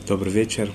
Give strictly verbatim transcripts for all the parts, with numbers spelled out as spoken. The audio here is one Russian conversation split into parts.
Добрый вечер.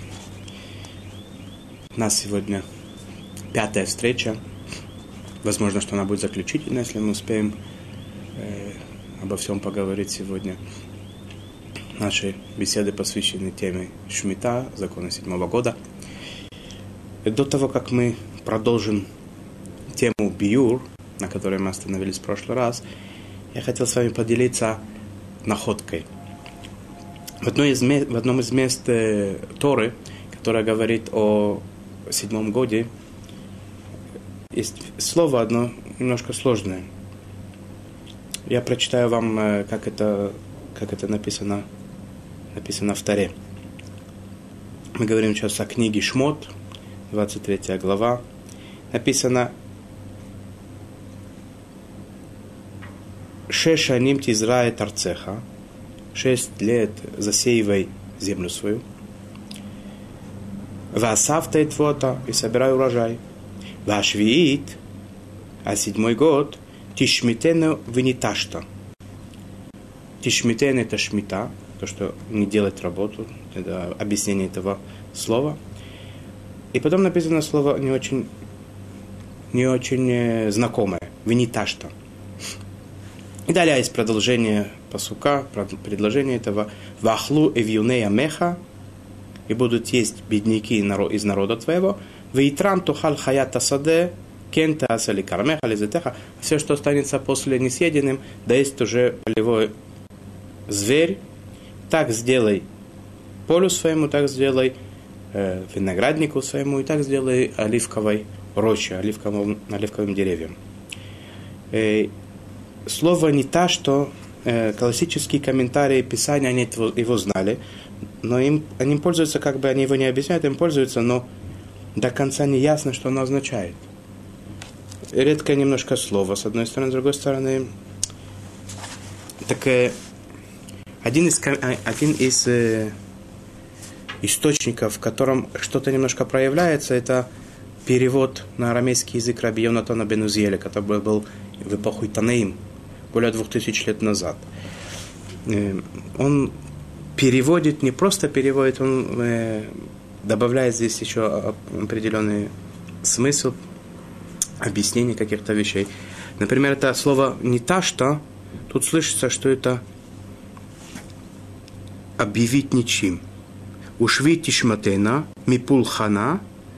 У нас сегодня пятая встреча. Возможно, что она будет заключительной, если мы успеем э, обо всем поговорить сегодня. Наши беседы посвящены теме Шмита, закона седьмого года. И до того, как мы продолжим тему Биюр, на которой мы остановились в прошлый раз, я хотел с вами поделиться находкой. В, одной из, в одном из мест э, Торы, которое говорит о седьмом годе, есть слово одно немножко сложное. Я прочитаю вам, э, как, это, как это написано, написано в Торе. Мы говорим сейчас о книге Шмот, двадцать третья глава. Написано: «Шеш аним тизрае тарцеха». Шесть лет засеивай землю свою. Ваасавта и твота, и собирай урожай. Вашвиит, а седьмой год, тишмитену виниташта. Тишмитен — это шмита, то, что не делать работу, это объяснение этого слова. И потом написано слово не очень, не очень знакомое, виниташта. И далее есть продолжение пасука, предложение этого: «Вахлу эвьюнея меха», и будут есть бедняки из народа твоего, «Вейтрам тухаль хаята саде, кента асали кармеха лизетеха», все, что останется после несъеденным, да есть уже полевой зверь, так сделай полю своему, так сделай э, винограднику своему, и так сделай оливковой роще, оливковым, оливковым деревьям. Э, Слово не та, что э, классические комментарии Писания, они его, его знали, но им, они пользуются, как бы они его не объясняют, им пользуются, но до конца не ясно, что оно означает. Редкое немножко слово, с одной стороны, с другой стороны. Так, э, один из, один из э, источников, в котором что-то немножко проявляется, это перевод на арамейский язык раби Йонатана бен Узиэля, который был в эпоху Танаим, более двух тысяч лет назад. Он переводит, не просто переводит, он э, добавляет здесь еще определенный смысл, объяснение каких-то вещей. Например, это слово «не та что», тут слышится, что это объявить ничем. «Ушви тишматена мипулхана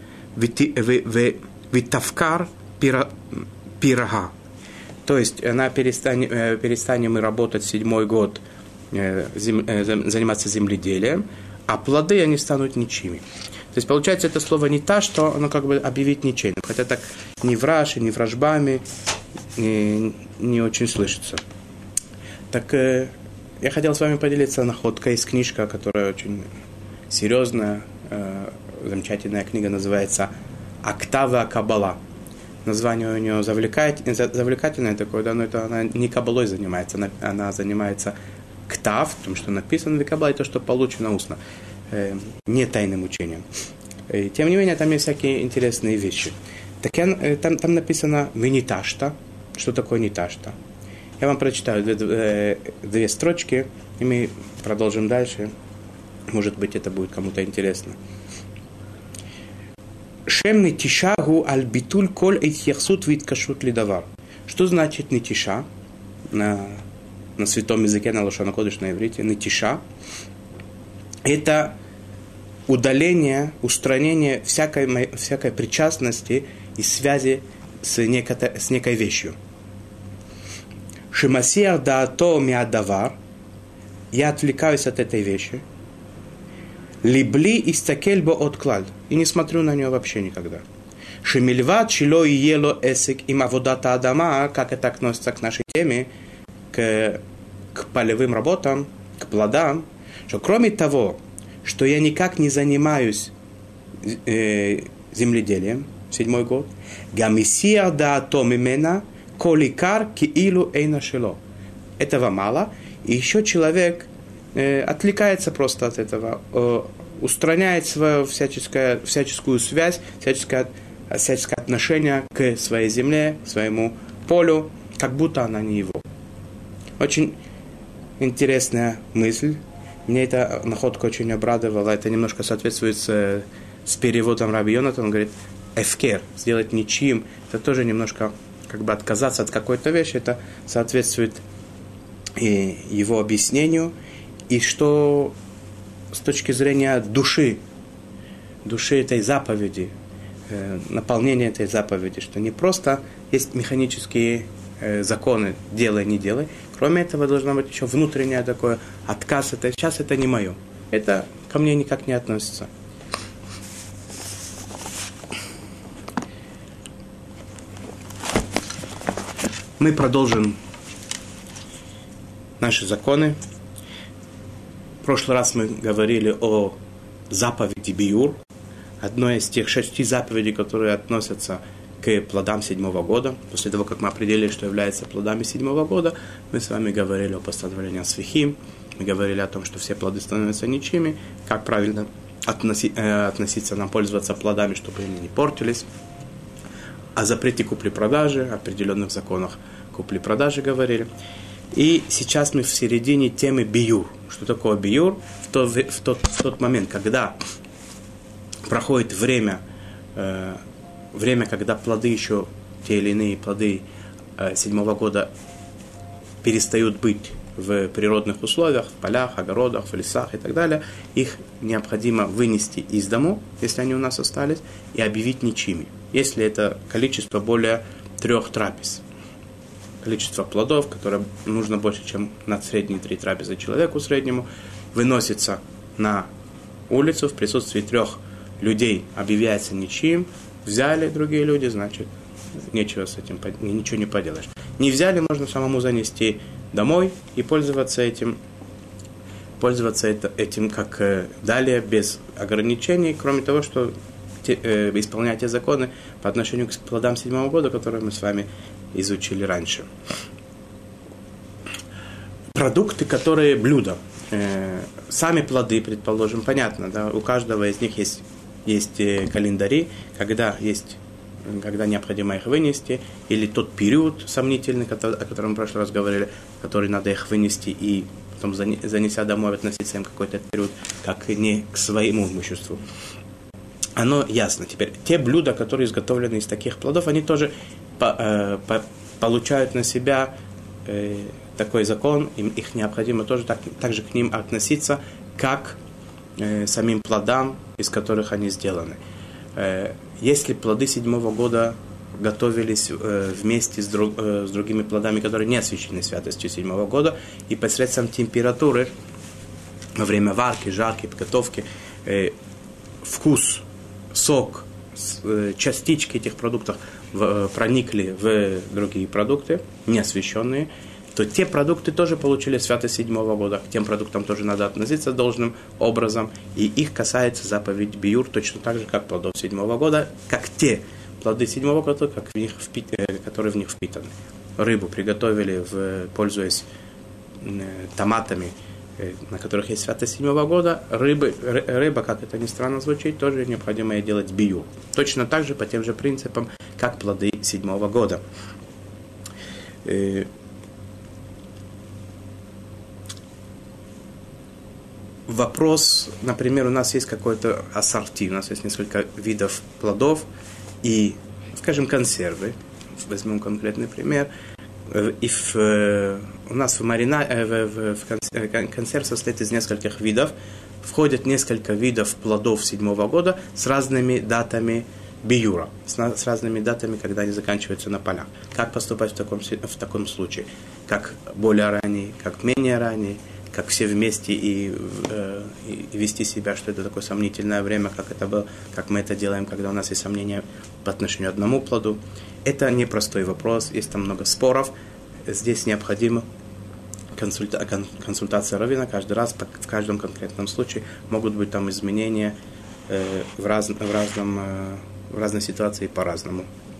витавкар пирога». То есть, она перестанет, перестанем мы работать седьмой год, зем, заниматься земледелием, а плоды, они станут ничьими. То есть, получается, это слово не та, что оно как бы объявить ничейным. Хотя так ни в Раши, ни в Рашбаме не, не очень слышится. Так, я хотел с вами поделиться находкой из книжки, которая очень серьезная, замечательная книга, называется «Октава Каббала». Название у нее завлекательное такое, да, но это она не каббалой занимается, она, она занимается ктав, том, что написано в каббале, то, что получено устно, э, не тайным учением. И, тем не менее, там есть всякие интересные вещи. Так я, э, там, там написано «виниташта». Что такое «ниташта»? Я вам прочитаю две, две, две строчки, и мы продолжим дальше. Может быть, это будет кому-то интересно. Шем нетиша гу аль битуль коль эйтьяхсут виткашут лидавар. Что значит нетиша на, на святом языке, на лошон кодеш, на иврите? Нетиша — это удаление, устранение всякой, всякой причастности и связи с, некото, с некой вещью. Шемасиар даато миадавар. Я отвлекаюсь от этой вещи. Либли истакельбо от клаль. И не смотрю на нее вообще никогда. Шемильват чило и ело эсик им аводата адама, как это относится к нашей теме, к, к полевым работам, к плодам, что кроме того, что я никак не занимаюсь э, земледелием, седьмой год, гамисия да атомимена коликар киилу эйна шело. Этого мало. И еще человек э, отвлекается просто от этого, э, устраняет свою всяческую, всяческую связь, всяческое, всяческое отношение к своей земле, к своему полю, как будто она не его. Очень интересная мысль. Мне эта находка очень обрадовала. Это немножко соответствует с, с переводом Раби Йонатана. Он говорит, эфкер, сделать ничьим. Это тоже немножко, как бы отказаться от какой-то вещи. Это соответствует и его объяснению. И что с точки зрения души, души этой заповеди, э, наполнения этой заповеди, что не просто есть механические э, законы «делай, не делай». Кроме этого, должно быть еще внутреннее такое отказ. Это, сейчас это не мое. Это ко мне никак не относится. Мы продолжим наши законы. В прошлый раз мы говорили о заповеди Биюр, одной из тех шести заповедей, которые относятся к плодам седьмого года. После того, как мы определили, что является плодами седьмого года, мы с вами говорили о постановлении Свихим, мы говорили о том, что все плоды становятся ничьими, как правильно относи, э, относиться нам, пользоваться плодами, чтобы они не портились, о запрете купли-продажи, о определенных законах купли-продажи говорили. И сейчас мы в середине темы биюр. Что такое биюр? В тот, в тот, в тот момент, когда проходит время, э, время, когда плоды еще, те или иные плоды э, седьмого года перестают быть в природных условиях, в полях, огородах, в лесах и так далее, их необходимо вынести из дому, если они у нас остались, и объявить ничьими. Если это количество более трех трапез. Количество плодов, которое нужно больше, чем на средние три трапезы человеку среднему, выносится на улицу в присутствии трех людей, объявляется ничьим. Взяли другие люди, значит, нечего с этим, ничего не поделаешь. Не взяли, можно самому занести домой и пользоваться этим, пользоваться это, этим как э, далее, без ограничений, кроме того, что те, э, исполнять те законы по отношению к плодам седьмого года, которые мы с вами изучили раньше. Продукты, которые блюда. Э, сами плоды, предположим, понятно, да, у каждого из них есть, есть э, календари, когда есть, когда необходимо их вынести, или тот период сомнительный, о котором мы в прошлый раз говорили, который надо их вынести и потом, занеся домой, относиться им какой-то период, как не к своему имуществу. Оно ясно. Теперь, те блюда, которые изготовлены из таких плодов, они тоже по, э, по, получают на себя э, такой закон, им их необходимо тоже так, так же к ним относиться, как э, самим плодам, из которых они сделаны. Э, если плоды седьмого года готовились э, вместе с, друг, э, с другими плодами, которые не освящены святостью седьмого года, и посредством температуры, во время варки, жарки, подготовки, э, вкус, сок, э, частички этих продуктов в, проникли в другие продукты, не освященные, то те продукты тоже получили святость седьмого года. К тем продуктам тоже надо относиться должным образом, и их касается заповедь биюр точно так же, как плодов седьмого года, как те плоды седьмого года, как в них впит... которые в них впитаны. Рыбу приготовили, в... пользуясь томатами, на которых есть святость седьмого года. Рыбы, рыба, как это ни странно звучит, тоже необходимо ей делать биюр. Точно так же, по тем же принципам, как плоды седьмого года. Вопрос, например, у нас есть какой-то ассорти, у нас есть несколько видов плодов и, скажем, консервы. Возьмем конкретный пример. И в, у нас в, марина, в, в консерв состоит из нескольких видов. Входят несколько видов плодов седьмого года с разными датами биюра, с, с разными датами, когда они заканчиваются на полях. Как поступать в таком, в таком случае? Как более ранний, как менее ранний, как все вместе и, э, и вести себя, что это такое сомнительное время, как это было, как мы это делаем, когда у нас есть сомнения по отношению к одному плоду. Это непростой вопрос, есть там много споров. Здесь необходима консульта, консультация раввина каждый раз, в каждом конкретном случае могут быть там изменения э, в, раз, в, разном, э, в разной ситуации по-разному.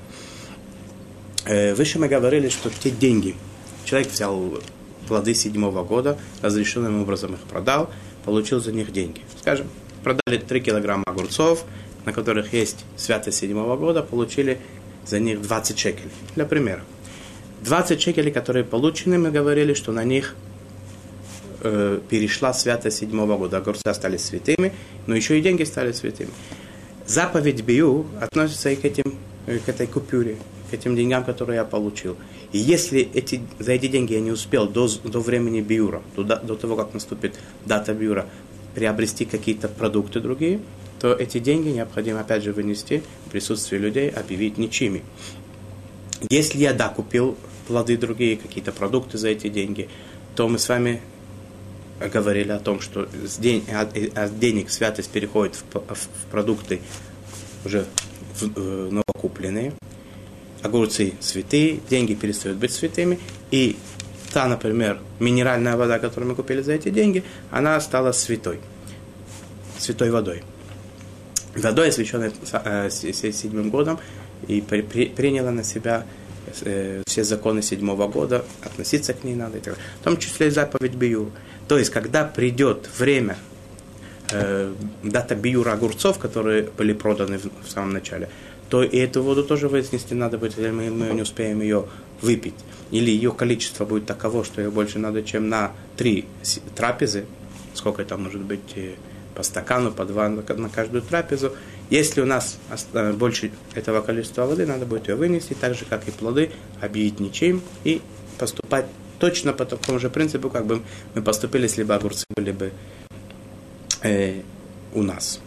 Э, выше мы говорили, что те деньги, человек взял плоды седьмого года, разрешенным образом их продал, получил за них деньги. Скажем, продали три килограмма огурцов, на которых есть святость седьмого года, получили за них двадцать шекелей. Для примера. двадцать шекелей, которые получены, мы говорили, что на них э, перешла святость седьмого года. Огурцы стали святыми, но еще и деньги стали святыми. Заповедь биюр относится и к, этим, к этой купюре, к этим деньгам, которые я получил. И если эти, за эти деньги я не успел до, до времени биюра, до, до того, как наступит дата биюра, приобрести какие-то продукты другие, то эти деньги необходимо опять же вынести в присутствии людей, объявить ничьими. Если я, да, купил плоды другие, какие-то продукты за эти деньги, то мы с вами говорили о том, что с день, от денег святость переходит в, в продукты уже в, в новокупленные. Огурцы святые, деньги перестают быть святыми, и та, например, минеральная вода, которую мы купили за эти деньги, она стала святой, святой водой. Водой, освященной э, седьмым годом, и при, при, приняла на себя э, все законы седьмого года, относиться к ней надо, и так далее. В том числе и заповедь биюр. То есть, когда придет время, э, дата биюра огурцов, которые были проданы в, в самом начале, то и эту воду тоже вынести надо будет, если мы, мы не успеем ее выпить. Или ее количество будет таково, что ее больше надо, чем на три трапезы, сколько это может быть, по стакану, по два на каждую трапезу. Если у нас больше этого количества воды, надо будет ее вынести, так же, как и плоды, объявить ничем и поступать точно по такому же принципу, как бы мы поступили, если бы огурцы были бы э, у нас.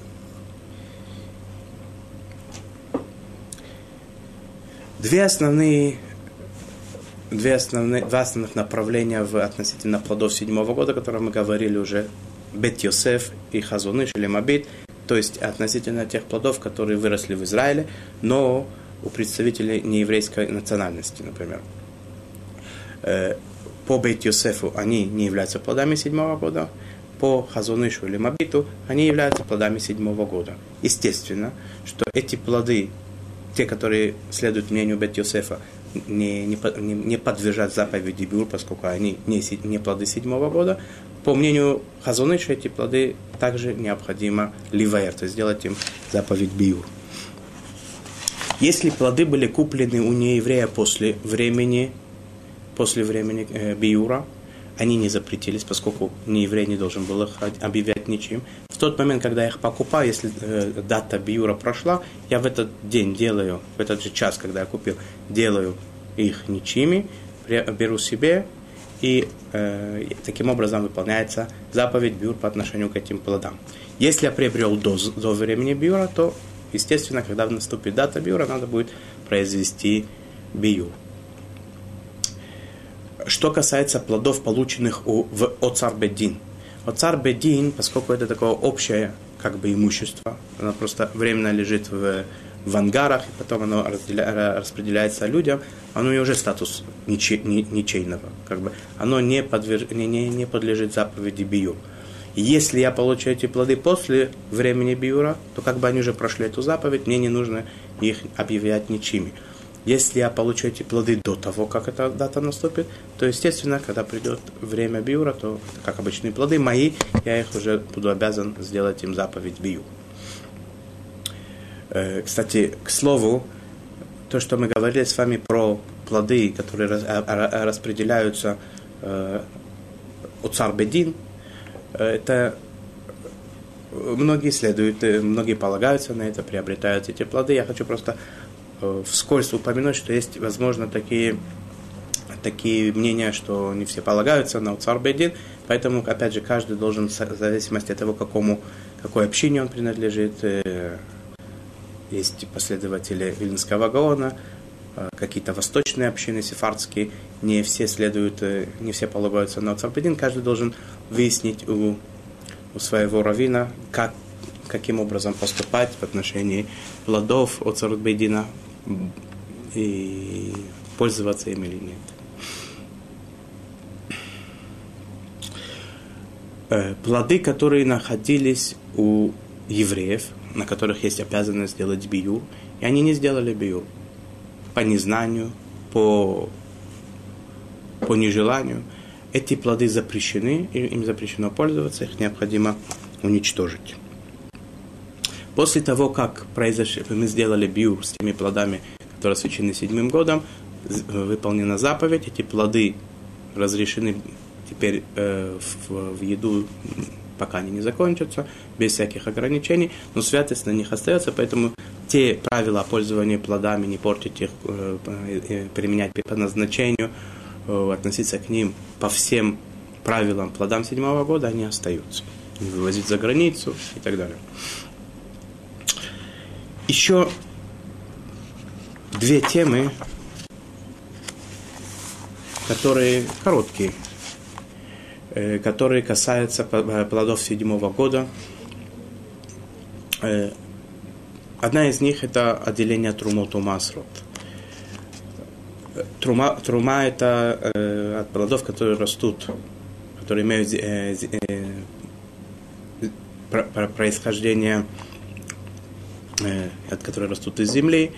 Две основные, две основные, два основных направления в относительно плодов седьмого года, о которых мы говорили уже, Бет Йосеф и Хазон Иш или Мабит, то есть относительно тех плодов, которые выросли в Израиле, но у представителей нееврейской национальности, например. По Бет Йосефу они не являются плодами седьмого года, по Хазон Ишу или Мабиту они являются плодами седьмого года. Естественно, что эти плоды, те, которые следуют мнению Бет Йосефа, не, не, не подлежат заповеди биюр, поскольку они не, не плоды седьмого года. По мнению Хазон Иша, эти плоды также необходимо ливаер, то есть сделать им заповедь биюр. Если плоды были куплены у нееврея после времени, после времени э, биюра, они не запретились, поскольку нееврей не должен был их объявлять ничем. В тот момент, когда я их покупаю, если э, дата биюра прошла, я в этот день делаю, в этот же час, когда я купил, делаю их ничьими, беру себе, и э, таким образом выполняется заповедь биюр по отношению к этим плодам. Если я приобрел до, до времени биюра, то, естественно, когда наступит дата биюра, надо будет произвести биюр. Что касается плодов, полученных у, в Оцар Бедин. Оцар Бедин, поскольку это такое общее как бы имущество, оно просто временно лежит в, в ангарах, и потом оно разделя, распределяется людям, оно и уже статус ниче, ни, ничейного. Как бы, оно не, подверж, не, не, не подлежит заповеди биюр. Если я получу эти плоды после времени биюра, то как бы они уже прошли эту заповедь, мне не нужно их объявлять ничьими. Если я получу эти плоды до того, как эта дата наступит, то, естественно, когда придет время биюра, то, как обычные плоды мои, я их уже буду обязан сделать им заповедь биюр. Э, кстати, к слову, то, что мы говорили с вами про плоды, которые раз, а, распределяются э, Оцар Бедин, э, это многие следуют, многие полагаются на это, приобретают эти плоды. Я хочу просто вскользь упомянуть, что есть, возможно, такие, такие мнения, что не все полагаются на Оцар Бедин, поэтому, опять же, каждый должен, в зависимости от того, какому, какой общине он принадлежит, есть последователи Вильнского Гаона, какие-то восточные общины, сефардские, не все следуют, не все полагаются на Оцар Бедин, каждый должен выяснить у, у своего раввина, как, каким образом поступать в отношении плодов Оцар Бедина, и пользоваться им или нет. Плоды, которые находились у евреев, на которых есть обязанность сделать биюр, и они не сделали биюр по незнанию, по, по нежеланию, эти плоды запрещены, им запрещено пользоваться, их необходимо уничтожить. После того, как произошло, мы сделали биюр с теми плодами, которые освящены седьмым годом, выполнена заповедь, эти плоды разрешены теперь э, в, в еду, пока они не закончатся, без всяких ограничений, но святость на них остается, поэтому те правила пользования плодами, не портить их, э, э, применять по назначению, э, относиться к ним по всем правилам плодам седьмого года, они остаются. Не вывозить за границу и так далее. Еще две темы, которые короткие, которые касаются плодов седьмого года. Одна из них – это отделение трумот у масрот. Трума, трума – это э, от плодов, которые растут, которые имеют э, э, про, про происхождение, э, от которых растут из земли,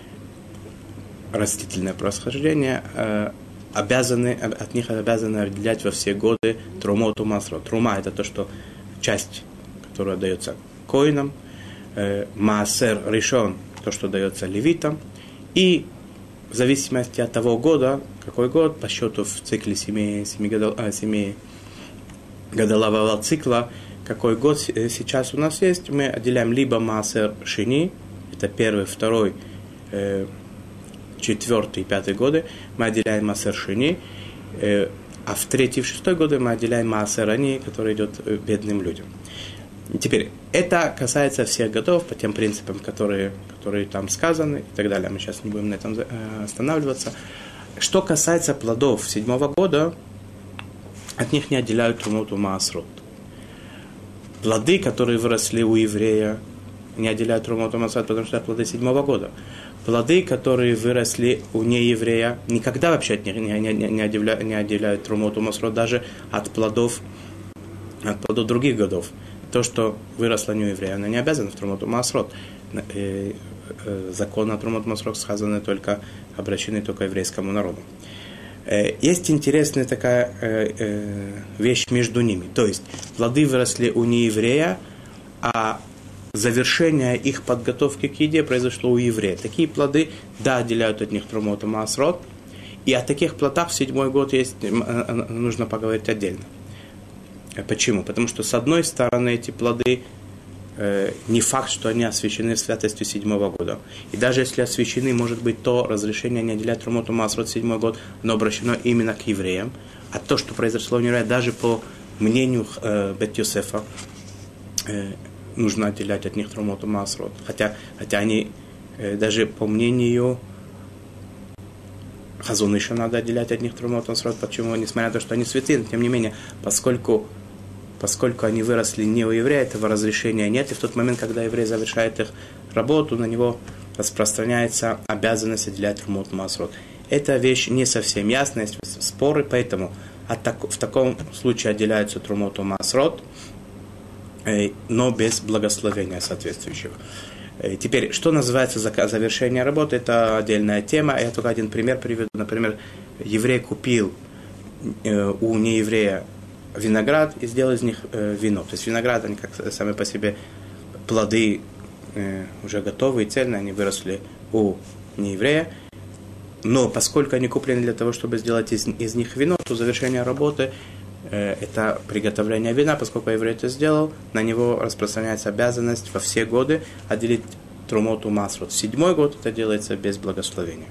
растительное происхождение, э, обязаны, от них обязаны отделять во все годы трумот у масрот. Трума – это то, что часть, которая дается коинам, э, маасер ришон – то, что дается левитам, и в зависимости от того года, какой год, по счету в цикле семи, семи, годов, а, семи годового цикла, какой год сейчас у нас есть, мы отделяем либо маасер шини, это первый, второй, э, четвертый, пятый годы, мы отделяем маасер шини, э, а в третий, в шестой годы мы отделяем маасер ани, который идет бедным людям. Теперь, это касается всех годов по тем принципам, которые, которые там сказаны и так далее. Мы сейчас не будем на этом останавливаться. Что касается плодов седьмого года, от них не отделяют трумот у маасрот. Плоды, которые выросли у еврея, не отделяют трумот у маасрот, потому что это плоды седьмого года. Плоды, которые выросли у нееврея, никогда вообще от них не, не, не, отделяют, не отделяют трумот у маасрот, даже от плодов, от плодов других годов. То, что выросло не у еврея, оно не обязано в трумот у маасрот. Закон о трумот маасрот сказаны только, обращены только еврейскому народу. Есть интересная такая вещь между ними. То есть, плоды выросли у нееврея, а завершение их подготовки к еде произошло у еврея. Такие плоды, да, отделяют от них трумот у маасрот. И о таких плодах в седьмой год есть, нужно поговорить отдельно. Почему? Потому что, с одной стороны, эти плоды э, не факт, что они освящены святостью седьмого года. И даже если освящены, может быть, то разрешение не отделять трумот у маасрот седьмой год, оно обращено именно к евреям. А то, что произошло у еврея, даже по мнению э, Бет Йосефа, э, нужно отделять от них трумот у маасрот. Хотя, хотя они, э, даже по мнению Хазон Иша, надо отделять от них трумот у маасрот. Почему? Несмотря на то, что они святые, тем не менее, поскольку Поскольку они выросли не у еврея, этого разрешения нет. И в тот момент, когда еврей завершает их работу, на него распространяется обязанность отделять трумот у маасрот. Эта вещь не совсем ясная, есть споры, поэтому в таком случае отделяются трумот у маасрот, но без благословения соответствующего. Теперь, что называется завершение работы, это отдельная тема. Я только один пример приведу. Например, еврей купил у нееврея виноград и сделал из них э, вино. То есть виноград, они как сами по себе плоды э, уже готовые, цельные, они выросли у нееврея. Но поскольку они куплены для того, чтобы сделать из, из них вино, то завершение работы э, это приготовление вина. Поскольку еврей это сделал, на него распространяется обязанность во все годы отделить трумот у маасрот. В седьмой год это делается без благословения.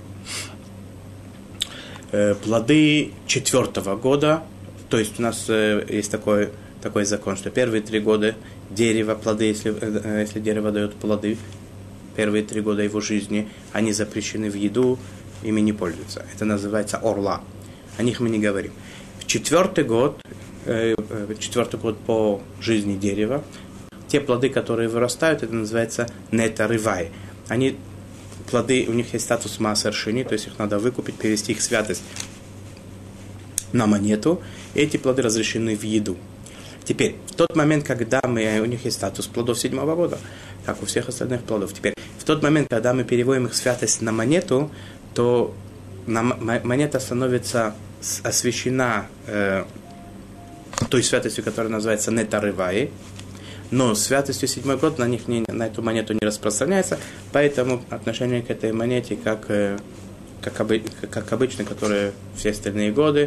Э, плоды четвертого года. То есть у нас э, есть такой, такой закон, что первые три года дерево, плоды, если, э, если дерево дает плоды, первые три года его жизни, они запрещены в еду, ими не пользуются. Это называется орла. О них мы не говорим. В четвертый год, э, четвертый год по жизни дерева, те плоды, которые вырастают, это называется нетарывай. Они, плоды, у них есть статус маасер шини, то есть их надо выкупить, перевести их в святость на монету. Эти плоды разрешены в еду. Теперь, в тот момент, когда мы, у них есть статус плодов седьмого года, как у всех остальных плодов, теперь, в тот момент, когда мы переводим их святость на монету, то на, монета становится освящена э, той святостью, которая называется нетарывай, но святостью седьмой год на них не, на эту монету не распространяется, поэтому отношение к этой монете как... Э, Как, обы, как обычно, которые все остальные годы,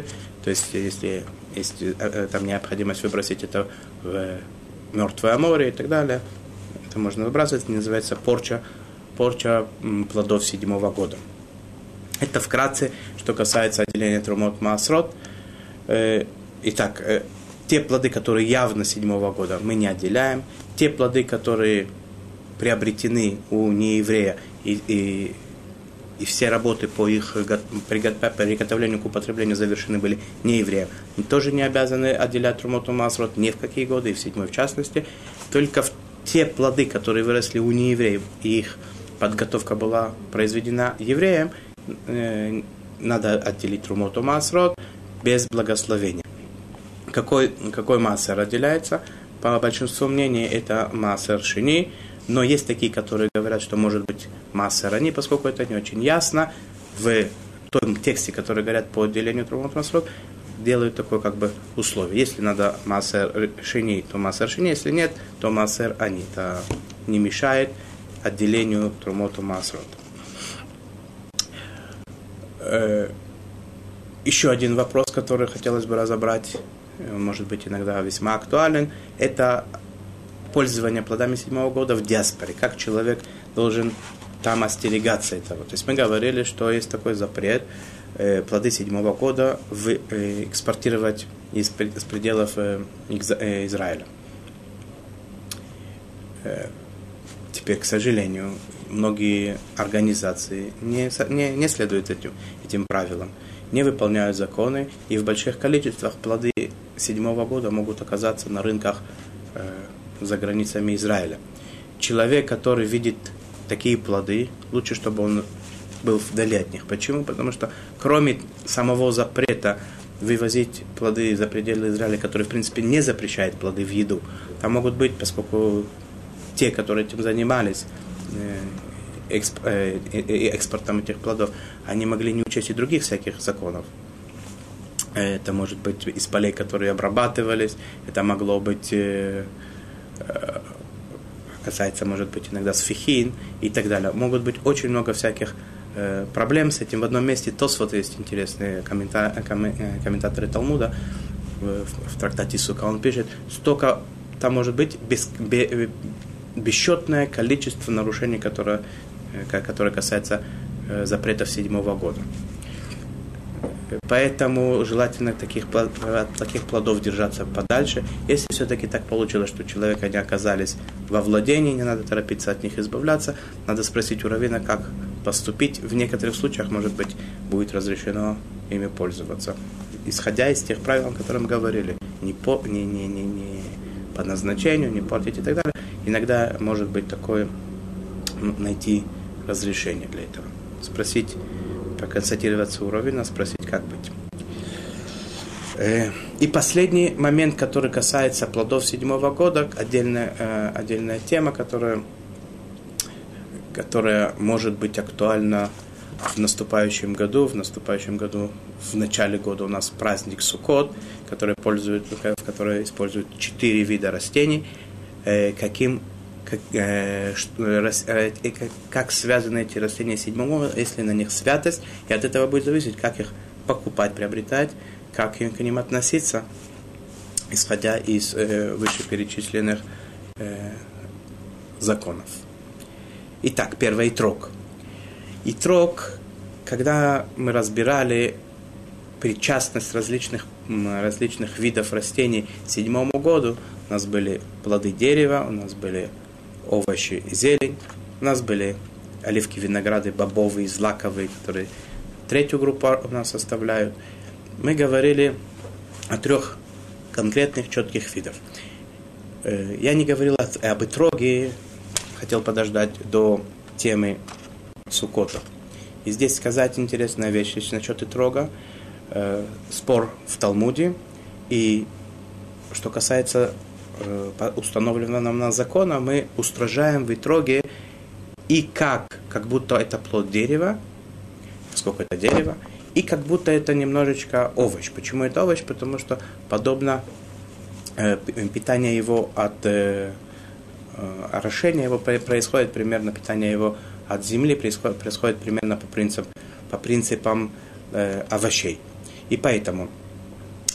То есть, если есть там необходимость выбросить это в Мертвое море и так далее, это можно выбрасывать, это называется порча, порча плодов седьмого года. Это вкратце, что касается отделения Трумот Маасрот. Итак, те плоды, которые явно седьмого года, мы не отделяем. Те плоды, которые приобретены у нееврея, и, и, и все работы по их приготовлению к употреблению завершены были неевреям, мы тоже не обязаны отделять Трумот Маасрот ни в какие годы, и в седьмой в частности. Только в те плоды, которые выросли у неевреев, и их подготовка была произведена евреем, э, надо отделить Трумот Маасрот без благословения. Какой, какой маасер отделяется? По большинству мнений это маасер шини, но есть такие, которые говорят, что может быть маасер ани, поскольку это не очень ясно. В том тексте, который говорят по отделению Трумот Маасрот, делают такое как бы условие. Если надо маасер шини, то маасер шини, если нет, то маасер ани. Это не мешает отделению Трумот Маасрот. Э, еще один вопрос, который хотелось бы разобрать, может быть, иногда весьма актуален, это пользование плодами седьмого года в диаспоре. Как человек должен там остерегаться этого. То есть мы говорили, что есть такой запрет э, плоды седьмого года в, э, экспортировать из, из пределов э, э, Израиля. Э, теперь, к сожалению, многие организации не, не, не следуют этим, этим правилам, не выполняют законы, и в больших количествах плоды седьмого года могут оказаться на рынках э, за границами Израиля. Человек, который видит такие плоды, лучше, чтобы он был вдали от них. Почему? Потому что кроме самого запрета вывозить плоды за пределы Израиля, который, в принципе, не запрещает плоды в еду, там могут быть, поскольку те, которые этим занимались, э, эксп, э, э, экспортом этих плодов, они могли не учесть и других всяких законов. Это может быть из полей, которые обрабатывались, это могло быть, э, э, касается, может быть, иногда сфихин и так далее. Могут быть очень много всяких э, проблем с этим. В одном месте Тосфот есть интересные коммента, комментаторы Талмуда, в, в трактате Сука он пишет, столько там может быть без, бе, бесчетное количество нарушений, которое, которое касается э, запретов седьмого года. Поэтому желательно таких, от таких плодов держаться подальше. Если все-таки так получилось, что у человека они оказались во владении, не надо торопиться от них избавляться, надо спросить у раввина, как поступить. В некоторых случаях, может быть, будет разрешено ими пользоваться, исходя из тех правил, о которых мы говорили. Не по, не, не, не, не по назначению, не портить и так далее. Иногда может быть такое, найти разрешение для этого. Спросить, проконсультироваться у раввина, спросить, как быть. И последний момент, который касается плодов седьмого года, отдельная, отдельная тема, которая, которая может быть актуальна в наступающем году. В наступающем году, в начале года у нас праздник Суккот, который пользует, в которой используют четыре вида растений. Каким Как, э, э, как, как связаны эти растения с седьмым годом, если на них святость, и от этого будет зависеть, как их покупать, приобретать, как к ним относиться, исходя из э, вышеперечисленных э, законов. Итак, первый итрог. Итрог, когда мы разбирали причастность различных, различных видов растений к седьмому году, у нас были плоды дерева, у нас были овощи и зелень. У нас были оливки, винограды, бобовые, злаковые, которые третью группу у нас составляют. Мы говорили о трех конкретных четких видах. Я не говорил об итроге, хотел подождать до темы Суккота. И здесь сказать интересная вещь насчет итрога. Спор в Талмуде. И что касается установленного нам закона, мы устражаем в итроге и как, как будто это плод дерева, поскольку это дерево, и как будто это немножечко овощ. Почему это овощ? Потому что подобно э, питание его от э, э, орошения его происходит примерно, питание его от земли происходит, происходит примерно по принципам, по принципам э, овощей. И поэтому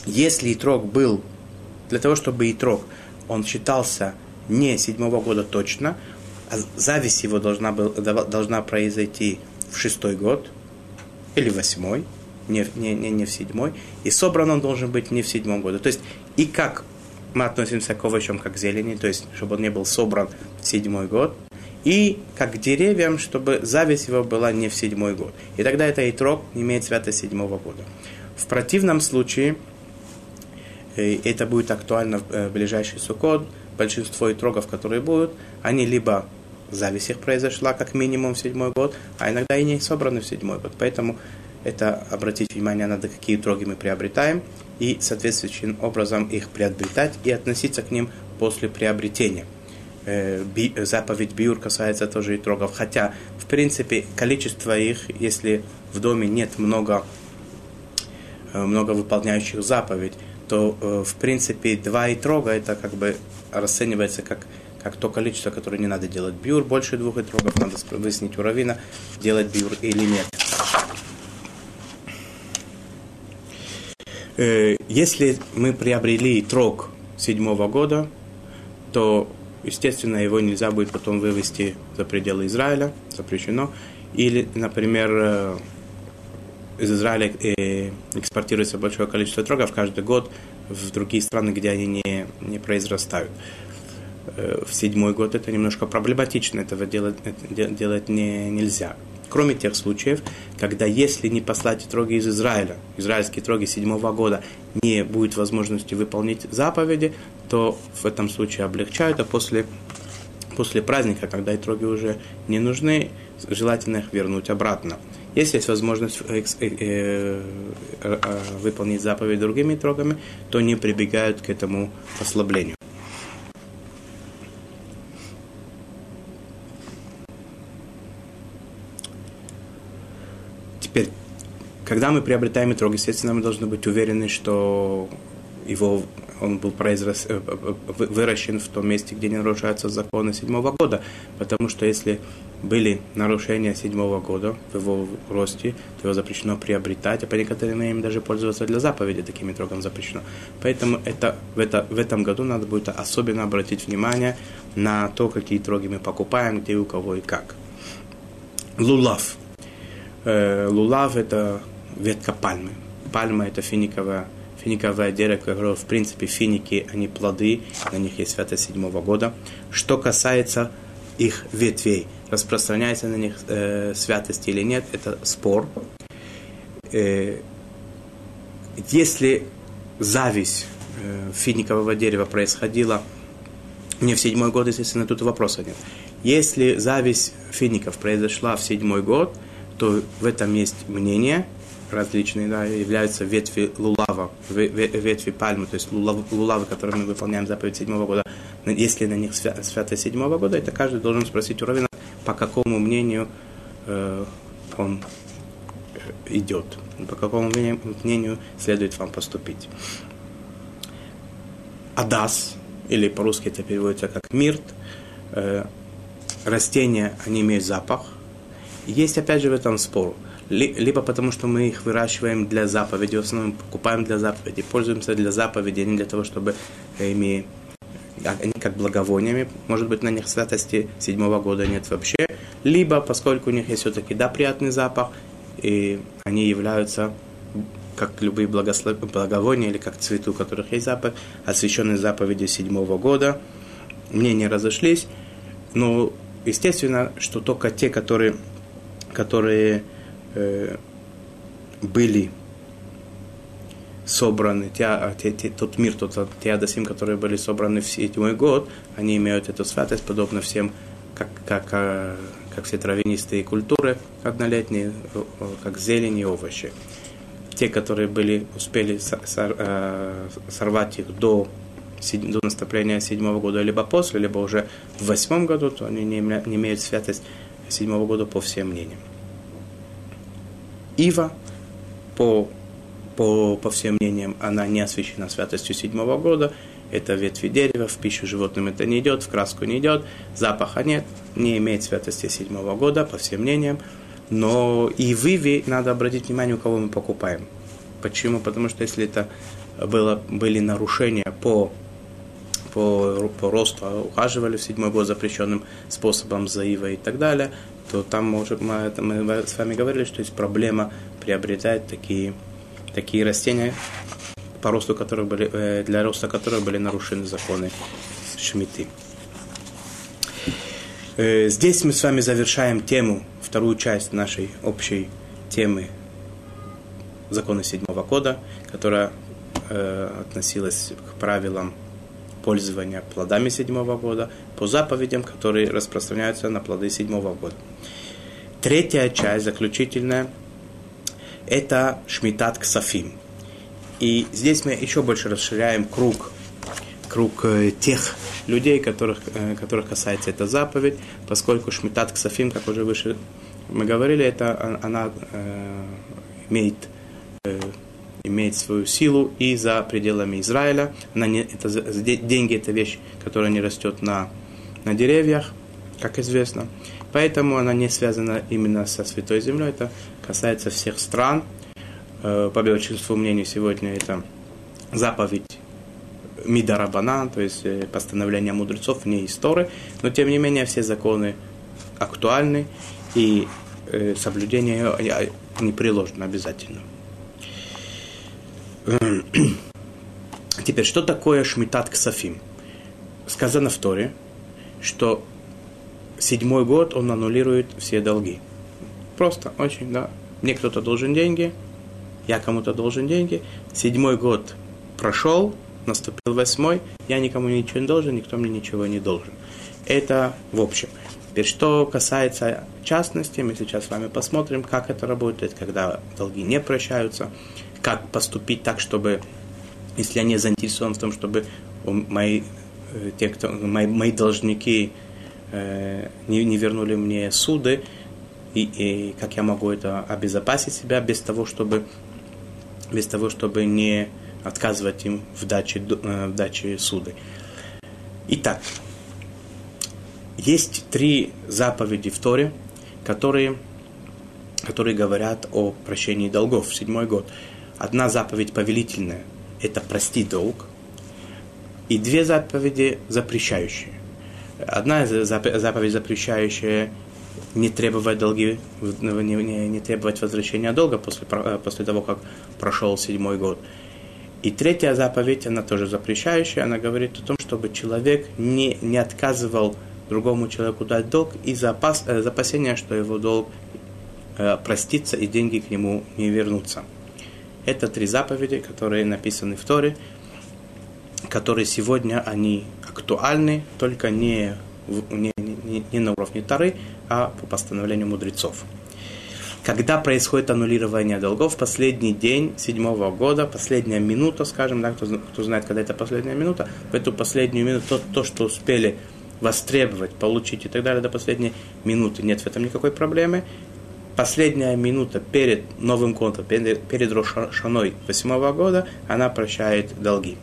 Если итрог был, для того, чтобы итрог, он считался не седьмого года точно, а зависть его должна, был, должна произойти в шестой год или в восьмой, не, не, не, не в седьмой, и собран он должен быть не в седьмом году. То есть и как мы относимся к овощам, как к зелени, то есть чтобы он не был собран в седьмой год, и как к деревьям, чтобы зависть его была не в седьмой год. И тогда это итрог не имеет святость седьмого года. В противном случае, это будет актуально в ближайший Суккот, большинство итрогов, которые будут, они либо зависть их произошла как минимум в седьмой год, а иногда и не собраны в седьмой год. Поэтому это обратить внимание надо, какие итроги мы приобретаем, и соответствующим образом их приобретать и относиться к ним после приобретения. Би, заповедь биур касается тоже итрогов, хотя, в принципе, количество их, если в доме нет много, много выполняющих заповедь, то, в принципе, два итрога, это как бы расценивается как, как то количество, которое не надо делать биур. Больше двух итрогов надо выяснить у раввина, делать биур или нет. Если мы приобрели итрог седьмого года, то, естественно, его нельзя будет потом вывести за пределы Израиля, запрещено. Или, например, из Израиля экспортируется большое количество итрогов каждый год в другие страны, где они не, не произрастают. В седьмой год это немножко проблематично, этого делать, это делать не, нельзя. Кроме тех случаев, когда если не послать итроги из Израиля, израильские итроги седьмого года, не будет возможности выполнить заповеди, то в этом случае облегчают, а после, после праздника, когда итроги уже не нужны, желательно их вернуть обратно. Если есть возможность э, э, э, э, выполнить заповедь другими итрогами, то не прибегают к этому послаблению. Теперь, когда мы приобретаем итрог, естественно, мы должны быть уверены, что его, он был произрас, выращен в том месте, где не нарушаются законы седьмого года. Потому что если были нарушения седьмого года в его росте, то его запрещено приобретать, а по некоторым временам даже пользоваться для заповеди таким итрогом запрещено. Поэтому это, в, это, в этом году надо будет особенно обратить внимание на то, какие итроги мы покупаем, где, у кого и как. Лулав. Лулав – это ветка пальмы. Пальма – это финиковая, финиковое дерево, в принципе, финики, они плоды, на них есть святость седьмого года. Что касается их ветвей, распространяется на них э, святость или нет, это спор. Э, если зависть э, финикового дерева происходила не в седьмой год, естественно, тут вопроса нет. Если зависть фиников произошла в седьмой год, то в этом есть мнение различные, да, являются ветви лулава, ветви пальмы, то есть лулавы, лулавы, которые мы выполняем заповедь седьмого года. Если на них святость седьмого года, это каждый должен спросить у раввина, по какому мнению э, он идет, по какому мнению, мнению следует вам поступить. Адас, или по-русски это переводится как мирт, э, растения, они имеют запах. Есть, опять же, в этом спор. Либо потому, что мы их выращиваем для заповеди, в основном покупаем для заповеди, пользуемся для заповеди, не для того, чтобы ими, они как благовониями, может быть, на них святости седьмого года нет вообще. Либо, поскольку у них есть все-таки, да, приятный запах, и они являются, как любые благослов... благовония, или как цветы, у которых есть запах, освященные заповедью седьмого года. Мнения разошлись, но естественно, что только те, которые которые э, были собраны, те, те, те, тот мир, тот, те адасим, которые были собраны в седьмой год, они имеют эту святость, подобно всем, как, как, как все травянистые культуры однолетние, как зелень и овощи. Те, которые были, успели сорвать их до, до наступления седьмого года, либо после, либо уже в восьмом году, то они не, не имеют святость седьмого года по всем мнениям. Ива, по, по, по всем мнениям, она не освящена святостью седьмого года. Это ветви дерева, в пищу животным это не идет, в краску не идет, запаха нет, не имеет святости седьмого года, по всем мнениям. Но и в Иве надо обратить внимание, у кого мы покупаем. Почему? Потому что если это было, были нарушения по, по, по росту, ухаживали в седьмой год запрещенным способом заива и так далее, то там может, мы, мы с вами говорили, что есть проблема приобретать такие, такие растения, по росту которых были, для роста которых были нарушены законы шмиты. Здесь мы с вами завершаем тему, вторую часть нашей общей темы закона седьмого года, которая э, относилась к правилам пользования плодами седьмого года, по заповедям, которые распространяются на плоды седьмого года. Третья часть, заключительная, это шмитат ксафим. И здесь мы еще больше расширяем круг, круг э, тех людей, которых, э, которых касается эта заповедь, поскольку шмитат ксафим, как уже выше мы говорили, это она э, имеет, э, имеет свою силу и за пределами Израиля. Она не, это, деньги – это вещь, которая не растет на, на деревьях, как известно. Поэтому она не связана именно со Святой Землей. Это касается всех стран. По большинству мнений сегодня это заповедь мидарабанан, то есть постановление мудрецов, вне истории. Но тем не менее все законы актуальны, и соблюдение ее непреложно обязательно. Теперь, что такое шмитат ксафим? Сказано в Торе, что седьмой год он аннулирует все долги. Просто, очень, да. Мне кто-то должен деньги, я кому-то должен деньги. Седьмой год прошел, наступил восьмой, я никому ничего не должен, никто мне ничего не должен. Это в общем. Теперь, что касается частности, мы сейчас с вами посмотрим, как это работает, когда долги не прощаются, как поступить так, чтобы, если я не заинтересован в том, чтобы мои, те, кто, мои, мои должники э, не, не вернули мне суды, и, и как я могу это обезопасить себя без того, чтобы, без того, чтобы не отказывать им в даче, в даче суды. Итак, есть три заповеди в Торе, которые, которые говорят о прощении долгов в седьмой год. Одна заповедь повелительная – это прости долг, и две заповеди запрещающие. Одна заповедь запрещающая – не требовать долги, не, не, не требовать возвращения долга после, после того, как прошел седьмой год. И третья заповедь, она тоже запрещающая, она говорит о том, чтобы человек не, не отказывал другому человеку дать долг из-за опас, э, опасения, что его долг э, простится и деньги к нему не вернутся. Это три заповеди, которые написаны в Торе, которые сегодня они актуальны, только не, не, не, не на уровне Торы, а по постановлению мудрецов. Когда происходит аннулирование долгов, последний день седьмого года, последняя минута, скажем, да, кто, кто знает, когда это последняя минута, в эту последнюю минуту то, то, что успели востребовать, получить и так далее до последней минуты, нет в этом никакой проблемы. Последняя минута перед Новым годом, перед, перед Рош Шаной восьмого года, она прощает долги.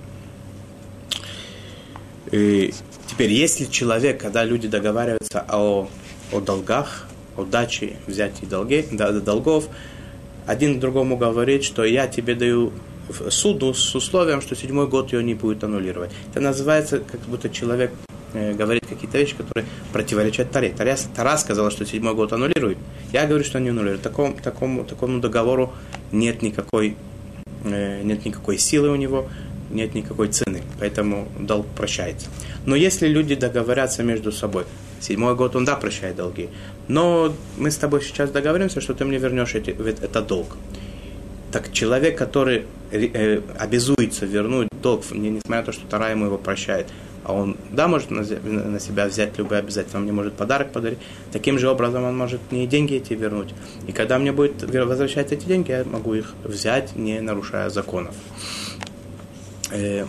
И теперь, если человек, когда люди договариваются о, о долгах, о даче, взятии долги, долгов, один другому говорит, что я тебе даю суду с условием, что седьмой год ее не будет аннулировать. Это называется, как будто человек э, говорит какие-то вещи, которые противоречат Торе. Тора сказала, что седьмой год аннулирует. Я говорю, что не аннулирует. Такому, такому, такому договору нет никакой, э, нет никакой силы у него, нет никакой цены. Поэтому долг прощается. Но если люди договорятся между собой, седьмой год он, да, прощает долги, но мы с тобой сейчас договоримся, что ты мне вернешь эти, этот долг. Так человек, который э, обязуется вернуть долг, несмотря на то, что Тора ему его прощает, а он, да, может на, на себя взять любые обязательства, он мне может подарок подарить, таким же образом он может мне деньги эти вернуть. И когда мне будет возвращать эти деньги, я могу их взять, не нарушая законов. Э,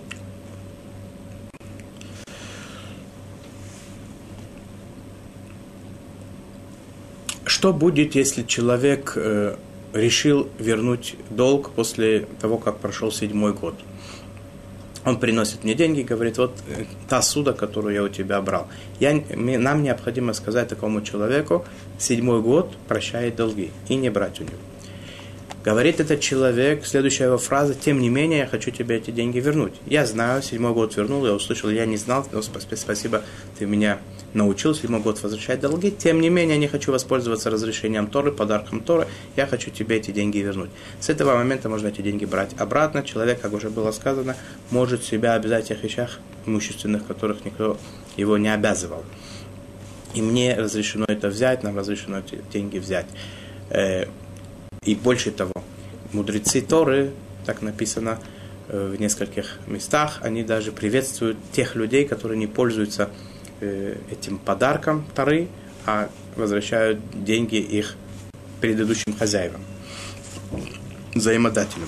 Что будет, если человек э, решил вернуть долг после того, как прошел седьмой год? Он приносит мне деньги и говорит, вот э, та суда, которую я у тебя брал. Я, мне, нам необходимо сказать такому человеку, седьмой год прощает долги и не брать у него. Говорит этот человек, следующая его фраза: тем не менее, я хочу тебе эти деньги вернуть. Я знаю, седьмой год вернул, я услышал, я не знал, спасибо, ты меня научил, седьмой год возвращать долги. Тем не менее, я не хочу воспользоваться разрешением Торы, подарком Торы, я хочу тебе эти деньги вернуть. С этого момента можно эти деньги брать обратно. Человек, как уже было сказано, может себя обязать в тех вещах имущественных, которых никто его не обязывал. И мне разрешено это взять, нам разрешено эти деньги взять. И больше того, мудрецы Торы, так написано в нескольких местах, они даже приветствуют тех людей, которые не пользуются этим подарком Торы, а возвращают деньги их предыдущим хозяевам, взаимодателям.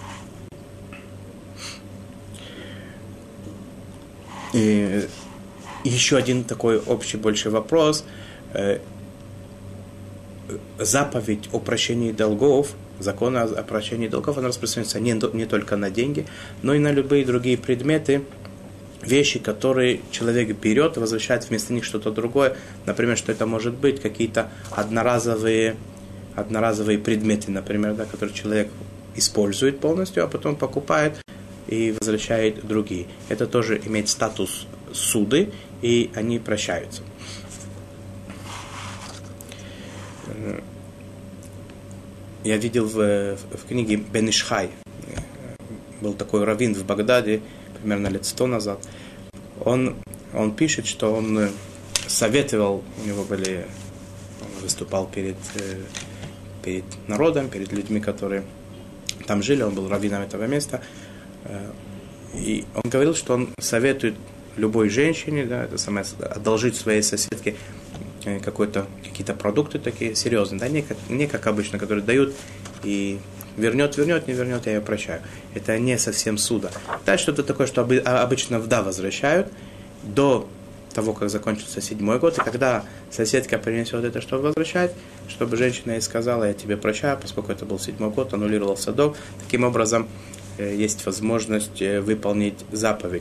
И еще один такой общий большой вопрос. Заповедь о прощении долгов, закон о прощении долгов, он распространяется не, не только на деньги, но и на любые другие предметы, вещи, которые человек берет и возвращает вместо них что-то другое. Например, что это может быть какие-то одноразовые, одноразовые предметы, например, да, которые человек использует полностью, а потом покупает и возвращает другие. Это тоже имеет статус суды, и они прощаются. Я видел в, в книге Бен Иш Хай, был такой раввин в Багдаде, примерно лет сто назад. Он, он пишет, что он советовал, у него были, он выступал перед, перед народом, перед людьми, которые там жили, он был раввином этого места. И он говорил, что он советует любой женщине, да, это самое, одолжить своей соседке какой-то, какие-то продукты такие серьезные, да, не как, не как обычно, которые дают и вернет, вернет, не вернет, я ее прощаю. Это не совсем суда. Да, что-то такое, что обычно вда возвращают до того, как закончился седьмой год, и когда соседка принесет это, чтобы возвращать, чтобы женщина ей сказала: я тебе прощаю, поскольку это был седьмой год, аннулировался долг. Таким образом, есть возможность выполнить заповедь.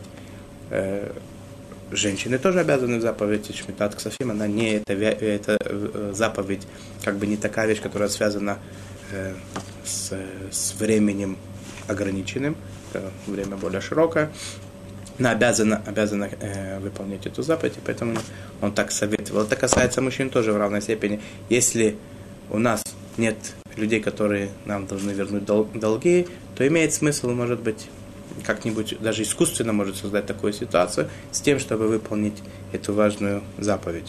Женщины тоже обязаны заповедь Шмитат Ксафим, она не это, это заповедь, как бы не такая вещь, которая связана э, с, с временем ограниченным, это время более широкое. Она обязана, обязана э, выполнять эту заповедь, и поэтому он так советовал. Это касается мужчин тоже в равной степени. Если у нас нет людей, которые нам должны вернуть дол- долги, то имеет смысл, может быть, как-нибудь даже искусственно может создать такую ситуацию с тем, чтобы выполнить эту важную заповедь.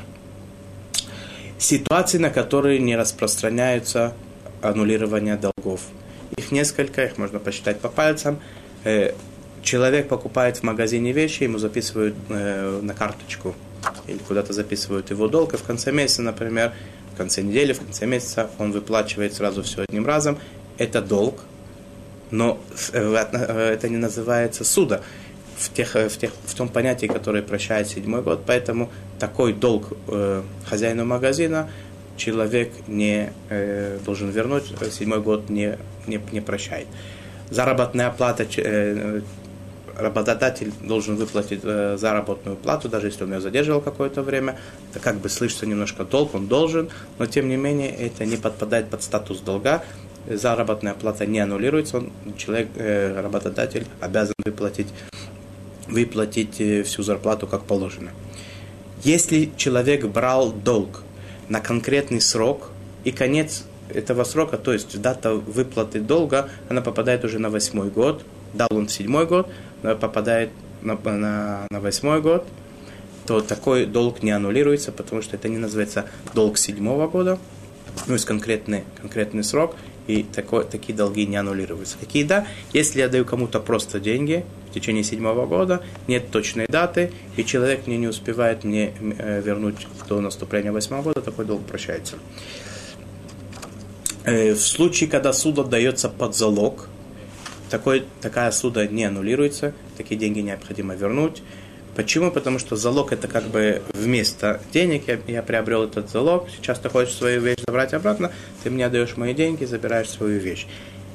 Ситуации, на которые не распространяются аннулирование долгов. Их несколько, их можно посчитать по пальцам. Человек покупает в магазине вещи, ему записывают на карточку или куда-то записывают его долг, и в конце месяца, например, в конце недели, в конце месяца он выплачивает сразу все одним разом. Это долг. Но это не называется суда в, тех, в, тех, в том понятии, которое прощает седьмой год. Поэтому такой долг э, хозяину магазина человек не э, должен вернуть, седьмой год не, не, не прощает. Заработная плата, э, работодатель должен выплатить э, заработную плату, даже если он ее задерживал какое-то время. Это как бы слышится немножко долг, он должен, но тем не менее это не подпадает под статус долга. Заработная плата не аннулируется, он, человек, э, работодатель обязан выплатить, выплатить всю зарплату как положено. Если человек брал долг на конкретный срок, и конец этого срока, то есть дата выплаты долга, она попадает уже на восьмой год, дал он в седьмой год, но попадает на, на, на восьмой год, то такой долг не аннулируется, потому что это не называется долг седьмого года, ну, есть конкретный, конкретный срок, и такой, такие долги не аннулируются. Какие да? Если я даю кому-то просто деньги в течение седьмого года, нет точной даты, и человек мне не успевает мне э, вернуть до наступления восьмого года, такой долг прощается. Э, в случае, когда суд отдается под залог, такой, такая суда не аннулируется, такие деньги необходимо вернуть. Почему? Потому что залог это как бы вместо денег, я, я приобрел этот залог, сейчас ты хочешь свою вещь забрать обратно, ты мне отдаешь мои деньги, забираешь свою вещь.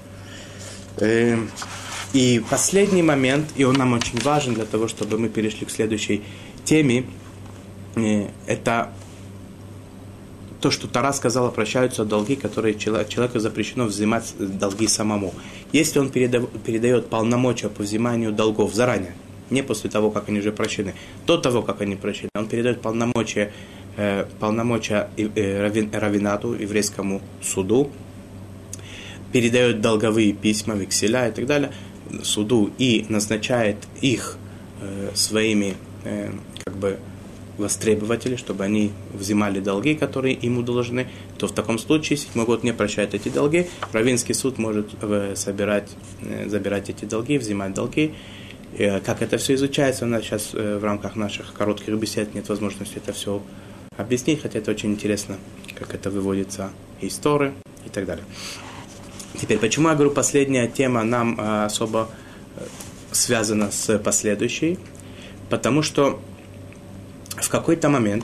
И последний момент, и он нам очень важен для того, чтобы мы перешли к следующей теме, это то, что Тора сказала, прощаются долги, которые человеку запрещено взимать долги самому. Если он передает полномочия по взиманию долгов заранее, не после того, как они уже прощены, до того, как они прощены, он передает полномочия, э, полномочия э, раввинату, еврейскому суду, передает долговые письма, векселя и так далее суду и назначает их э, своими э, как бы востребователи, чтобы они взимали долги, которые ему должны, то в таком случае седьмой год не прощает эти долги, раввинский суд может собирать, забирать эти долги, взимать долги. Как это все изучается, у нас сейчас в рамках наших коротких бесед нет возможности это все объяснить, хотя это очень интересно, как это выводится из Торы и так далее. Теперь, почему я говорю, последняя тема нам особо связана с последующей? Потому что в какой-то момент,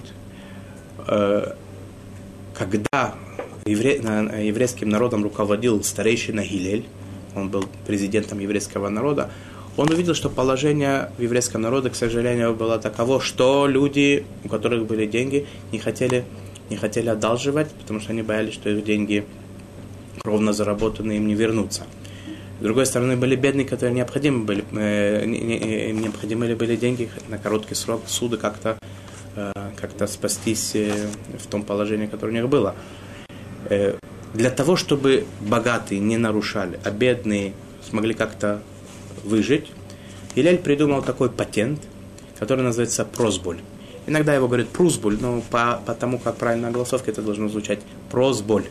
когда евре... еврейским народом руководил старейшина Гилель, он был президентом еврейского народа, он увидел, что положение в еврейском народе, к сожалению, было таково, что люди, у которых были деньги, не хотели, не хотели одалживать, потому что они боялись, что их деньги, кровно заработанные, им не вернутся. С другой стороны, были бедные, которые необходимы были, э, не, не, необходимы были деньги на короткий срок суда как-то, э, как-то спастись э, в том положении, которое у них было. Э, для того, чтобы богатые не нарушали, а бедные смогли как-то выжить, Гилель придумал такой патент, который называется прозболь. Иногда его говорят прузболь, но по, по тому, как правильно огласовка, это должно звучать прозболь.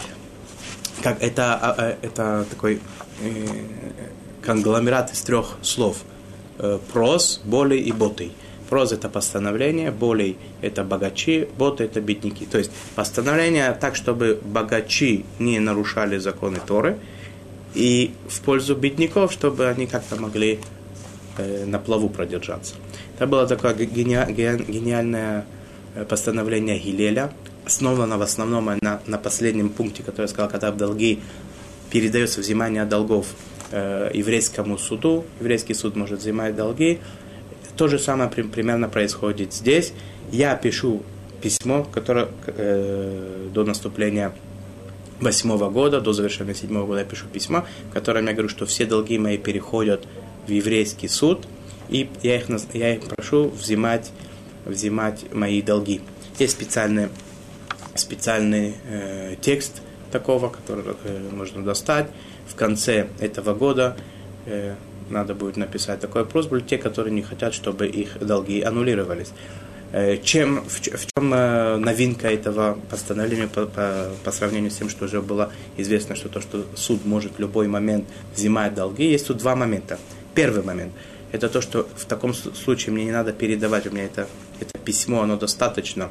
Как это, это такой э, конгломерат из трех слов. Э, проз, болей и ботей. Проз – это постановление, болей – это богачи, боты – это бедняки. То есть постановление так, чтобы богачи не нарушали законы Торы, и в пользу бедняков, чтобы они как-то могли э, на плаву продержаться. Это было такое гени- гениальное постановление Гилеля, основано в основном на, на последнем пункте, который я сказал, когда в долги передается взимание долгов э, еврейскому суду, еврейский суд может взимать долги. То же самое при, примерно происходит здесь. Я пишу письмо, которое э, до наступления восьмого года, до завершения седьмого года я пишу письмо, в котором я говорю, что все долги мои переходят в еврейский суд, и я их, я их прошу взимать, взимать мои долги. Есть специальный, специальный э, текст такого, который э, можно достать. В конце этого года э, надо будет написать такой просьбу, те, которые не хотят, чтобы их долги аннулировались. Чем, в, в чем новинка этого постановления по, по, по сравнению с тем, что уже было известно, что то, что суд может в любой момент взимать долги, есть тут два момента. Первый момент – это то, что в таком случае мне не надо передавать, у меня это, это письмо, оно достаточно,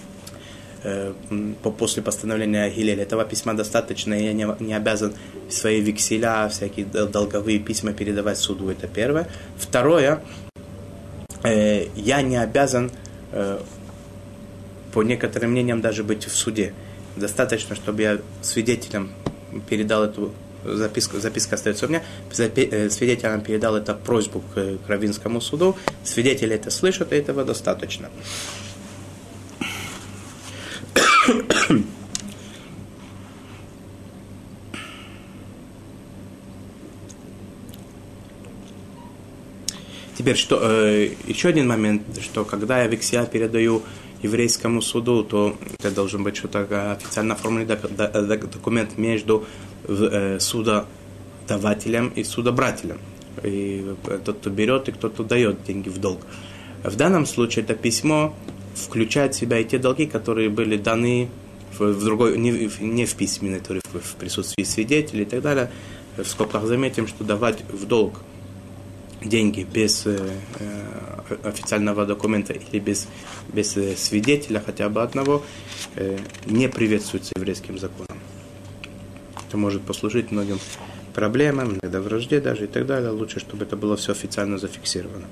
э, после постановления Гилеля, этого письма достаточно, я не, не обязан свои векселя, всякие долговые письма передавать суду, это первое. Второе, э, я не обязан по некоторым мнениям даже быть в суде. Достаточно, чтобы я свидетелям передал эту записку, записка остается у меня, свидетелям передал эту просьбу к, к раввинскому суду, свидетели это слышат, и этого достаточно. Теперь, что, э, еще один момент, что когда я векселя передаю еврейскому суду, то это должен быть что-то официально оформленный документ между э, судодавателем и судобрателем. И тот, кто берет, и кто-то дает деньги в долг. В данном случае это письмо включает в себя и те долги, которые были даны в, в другой, не, не в письменной, то есть в присутствии свидетелей и так далее. В скобках заметим, что давать в долг деньги без э, официального документа или без, без э, свидетеля хотя бы одного э, не приветствуется еврейским законом. Это может послужить многим проблемам, иногда вражде даже и так далее. Лучше, чтобы это было все официально зафиксировано.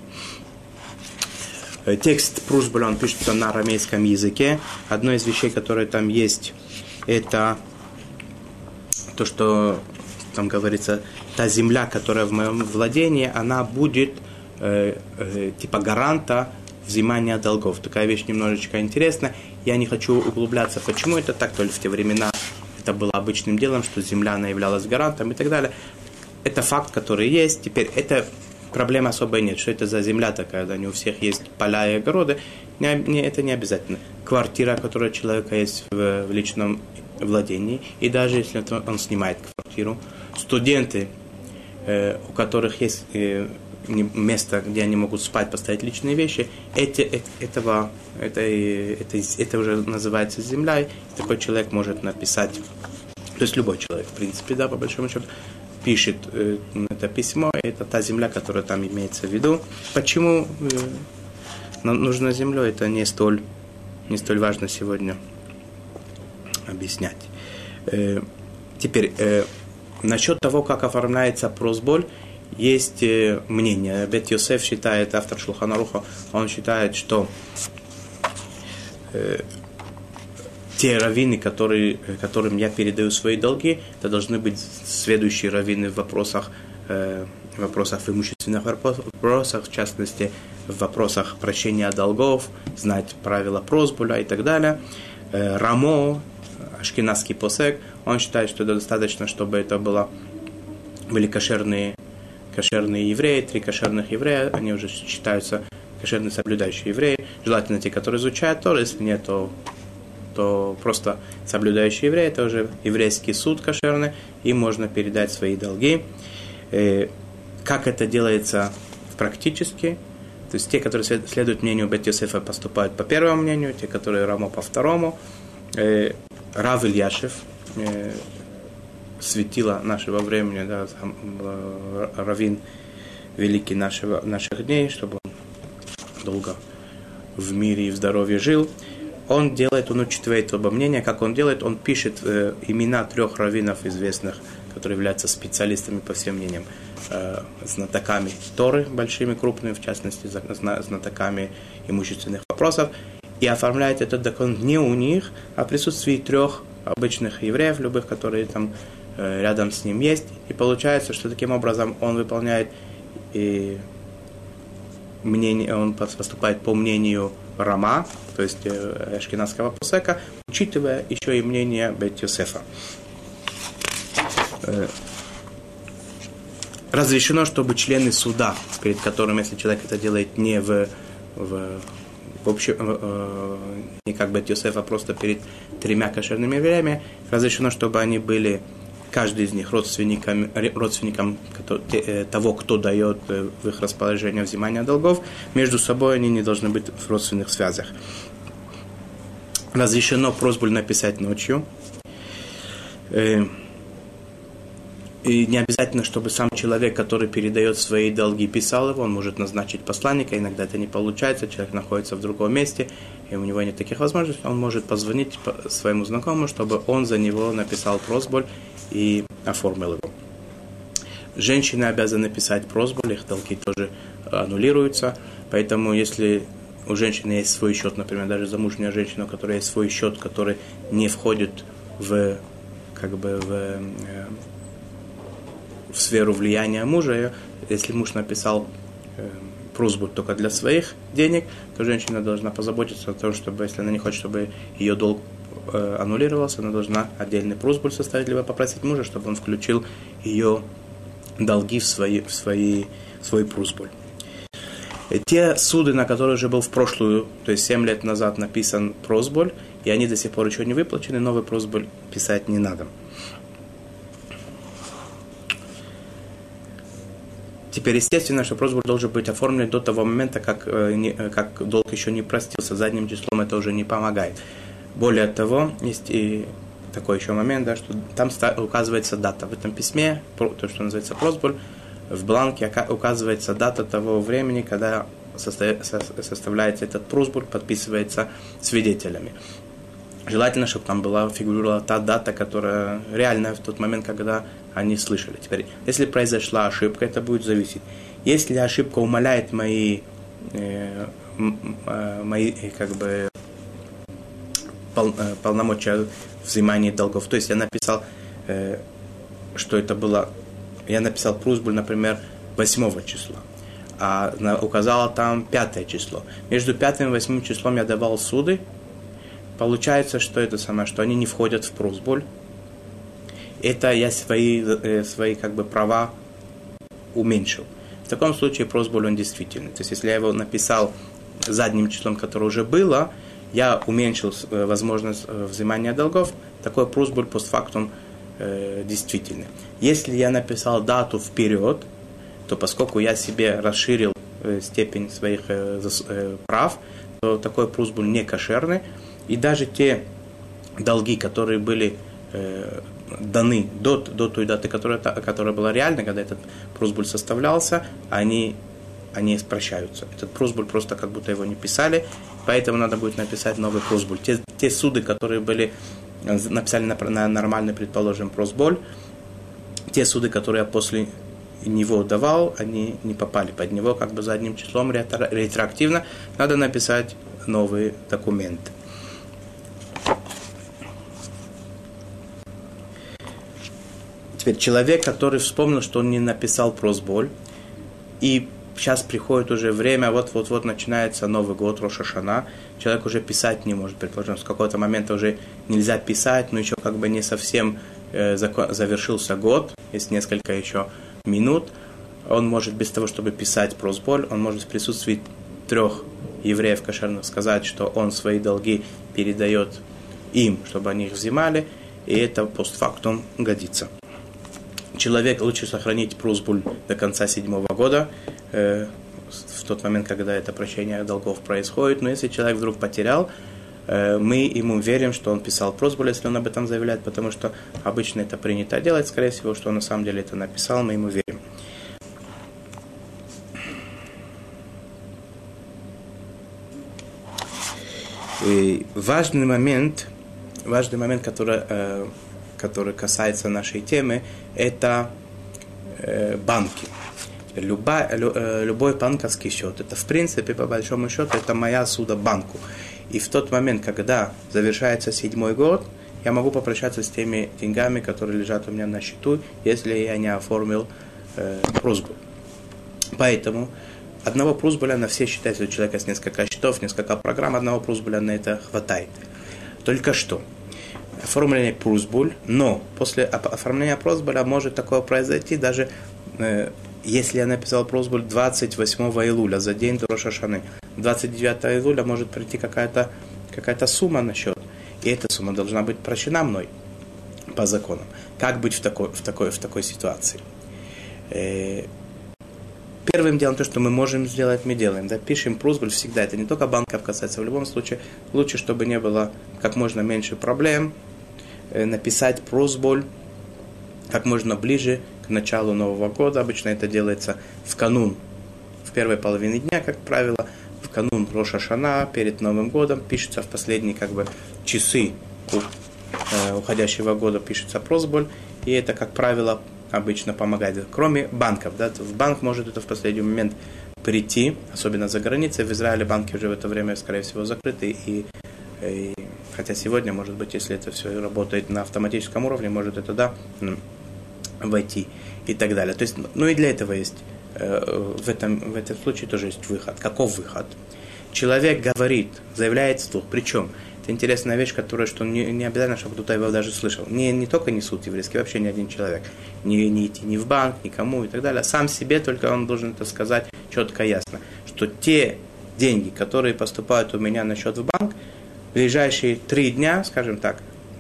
Э, текст прусболя, он пишется на арамейском языке. Одно из вещей, которые там есть, это то, что там говорится, та земля, которая в моем владении, она будет э, э, типа гаранта взимания долгов. Такая вещь немножечко интересная. Я не хочу углубляться, почему это так, то ли в те времена это было обычным делом, что земля, она являлась гарантом и так далее. Это факт, который есть. Теперь это проблемы особой нет. Что это за земля такая, да, не у всех есть поля и огороды. Не, не, это не обязательно. Квартира, которая у человека есть в, в личном владении, и даже если это он снимает квартиру. Студенты, э, у которых есть э, место, где они могут спать, поставить личные вещи, эти, э, этого, это, это, это уже называется землей. Такой человек может написать, то есть любой человек, в принципе, да, по большому счету, пишет э, это письмо, это та земля, которая там имеется в виду. Почему э, нам нужна земля, это не столь, не столь важно сегодня объяснять. Э, теперь, э, насчет того, как оформляется просболь, есть э, мнение. Бет Йосеф считает, автор Шулхан Аруха, он считает, что э, те раввины, которые, которым я передаю свои долги, это должны быть следующие раввины в вопросах, э, в вопросах в имущественных вопросах, в частности, в вопросах прощения долгов, знать правила просболя и так далее. Э, Рамо, ашкеназский посек, он считает, что это достаточно, чтобы это было, были кошерные, кошерные евреи, три кошерных еврея, они уже считаются кошерные соблюдающие евреи, желательно те, которые изучают Тору, если нет, то то просто соблюдающий еврей, это уже еврейский суд кошерный, им можно передать свои долги. Как это делается практически? То есть те, которые следуют мнению Бет Йосефа, поступают по первому мнению, те, которые Рамо по второму. Рав Ильяшев, светило нашего времени, да, раввин великий нашего, наших дней, чтобы он долго в мире и в здоровье жил. Он делает, он учитывает оба мнения. Как он делает? Он пишет э, имена трех раввинов известных, которые являются специалистами по всем мнениям, э, знатоками Торы, большими, крупными, в частности, знатоками имущественных вопросов, и оформляет этот документ не у них, а в присутствии трех обычных евреев, любых, которые там э, рядом с ним есть. И получается, что таким образом он выполняет и мнение, он поступает по мнению Рама, то есть ашкеназского посека, учитывая еще и мнение Бет Йосефа. Разрешено, чтобы члены суда, перед которым, если человек это делает не в, в, в общем, не как Бет Йосеф, а просто перед тремя кошерными евреями, разрешено, чтобы они были, каждый из них, родственникам, родственникам того, кто дает в их расположение взимание долгов, между собой они не должны быть в родственных связях. Разрешено просьбу написать ночью. И не обязательно, чтобы сам человек, который передает свои долги, писал его, он может назначить посланника, иногда это не получается, человек находится в другом месте, и у него нет таких возможностей, он может позвонить своему знакомому, чтобы он за него написал просьбу и оформил его. Женщины обязаны писать просьбу, их долги тоже аннулируются, поэтому если у женщины есть свой счет, например, даже замужняя женщина, у которой есть свой счет, который не входит в, как бы, в, в сферу влияния мужа, если муж написал просьбу только для своих денег, то женщина должна позаботиться о том, чтобы, если она не хочет, чтобы ее долг аннулировался, она должна отдельный просьбу составить, либо попросить мужа, чтобы он включил ее долги в, свои, в, свои, в свой просьбу. Те суды, на которые уже был в прошлую, то есть семь лет назад написан просьболь, и они до сих пор еще не выплачены, новый просьболь писать не надо. Теперь, естественно, что просьболь должен быть оформлен до того момента, как, как долг еще не простился. Задним числом это уже не помогает. Более того, есть и такой еще момент, да, что там указывается дата. В этом письме, то, что называется просьболь, в бланке указывается дата того времени, когда составляется этот просьболь, подписывается свидетелями. Желательно, чтобы там была, фигурировала та дата, которая реальная в тот момент, когда они слышали. Теперь, если произошла ошибка, это будет зависеть. Если ошибка умаляет мои, э, мои как бы, пол, э, полномочия взимания долгов, то есть я написал, э, что это было, я написал просьбу, например, восьмого числа, а указала там пятое число. Между пятым и восьмым числом я давал суды. Получается, что это самое, что они не входят в просболь. Это я свои, свои как бы права уменьшил. В таком случае просболь он действительный. То есть, если я его написал задним числом, которое уже было, я уменьшил возможность взимания долгов, такой просболь постфактум э, действительный. Если я написал дату вперед, то поскольку я себе расширил э, степень своих э, э, прав, то такой просболь не кошерный. И даже те долги, которые были э, даны до, до той даты, которая, которая была реальна, когда этот просболь составлялся, они, они прощаются. Этот просболь просто как будто его не писали, поэтому надо будет написать новый просболь. Те, те суды, которые были написали на, на нормальный, предположим, просболь, те суды, которые я после него давал, они не попали под него, как бы задним числом ретроактивно. Надо написать новый документ. Теперь человек, который вспомнил, что он не написал просболь, и сейчас приходит уже время, вот-вот-вот начинается Новый год, Рош ха-Шана, человек уже писать не может, предположим, с какого-то момента уже нельзя писать, но еще как бы не совсем э, завершился год, есть несколько еще минут, он может без того, чтобы писать просболь, он может в присутствии трех евреев кошерных сказать, что он свои долги передает им, чтобы они их взимали, и это постфактум годится. Человек лучше сохранить просболь до конца седьмого года, э, в тот момент, когда это прощение долгов происходит. Но если человек вдруг потерял, э, мы ему верим, что он писал просболь, если он об этом заявляет, потому что обычно это принято делать, скорее всего, что он на самом деле это написал, мы ему верим. И важный момент, важный момент, который... Э, который касается нашей темы, это э, банки. Люба, лю, э, любой банковский счет, это в принципе, по большому счету, это моя суда банку. И в тот момент, когда завершается седьмой год, я могу попрощаться с теми деньгами, которые лежат у меня на счету, если я не оформил э, просьбу. Поэтому одного просьбуля на все счета, если у человека есть несколько счетов, несколько программ, одного просьбуля на это хватает. Только что оформление просьбуль, но после оформления просьбуля может такое произойти, даже э, если я написал просьбуль двадцать восьмого июля, за день до Рош ха-Шаны. двадцать девятого июля может прийти какая-то, какая-то сумма на счет, и эта сумма должна быть прощена мной по законам. Как быть в такой, в такой, в такой ситуации? Э, Первым делом, то, что мы можем сделать, мы делаем. Да? Пишем просьбуль всегда. Это не только банков касается. В любом случае, лучше, чтобы не было как можно меньше проблем, э, написать просьбуль как можно ближе к началу Нового года. Обычно это делается в канун, в первой половине дня, как правило, в канун Рош ха-Шана, перед Новым годом. Пишется в последние как бы, часы э, уходящего года, пишется просьбуль. И это, как правило, обычно помогает, кроме банков. Да, в банк может это в последний момент прийти, особенно за границей. В Израиле банки уже в это время, скорее всего, закрыты. И, и, хотя сегодня, может быть, если это все работает на автоматическом уровне, может это, да, войти и так далее. То есть, ну и для этого есть, э, в, этом, в этом случае тоже есть выход. Каков выход? Человек говорит, заявляет вслух, причем это интересная вещь, которая, что не, не обязательно, чтобы кто-то его даже слышал. Не, не только не суд еврейский, вообще ни один человек. Не, не идти ни в банк, никому и так далее. Сам себе только он должен это сказать четко и ясно. Что те деньги, которые поступают у меня на счет в банк, в ближайшие три дня, скажем так,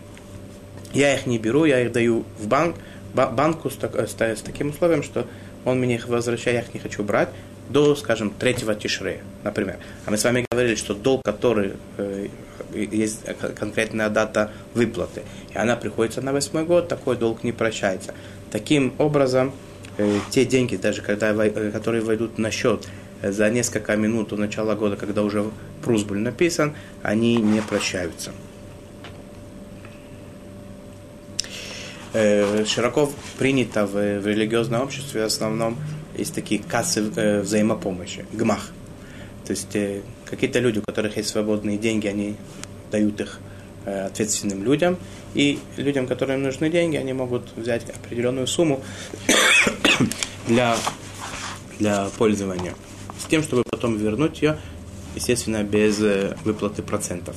я их не беру, я их даю в банк, банку с, так, с, с таким условием, что он мне их возвращает, я их не хочу брать, до, скажем, третьего Тишрея, например. А мы с вами говорили, что долг, который э, есть конкретная дата выплаты, и она приходится на восьмой год, такой долг не прощается. Таким образом, э, те деньги, даже когда, которые войдут на счет за несколько минут до начала года, когда уже просьбуль написан, они не прощаются. Э, широко принято в, в религиозном обществе в основном есть такие кассы э, взаимопомощи, гмах. То есть э, какие-то люди, у которых есть свободные деньги, они дают их э, ответственным людям, и людям, которым нужны деньги, они могут взять определенную сумму для для пользования, с тем, чтобы потом вернуть ее, естественно, без выплаты процентов.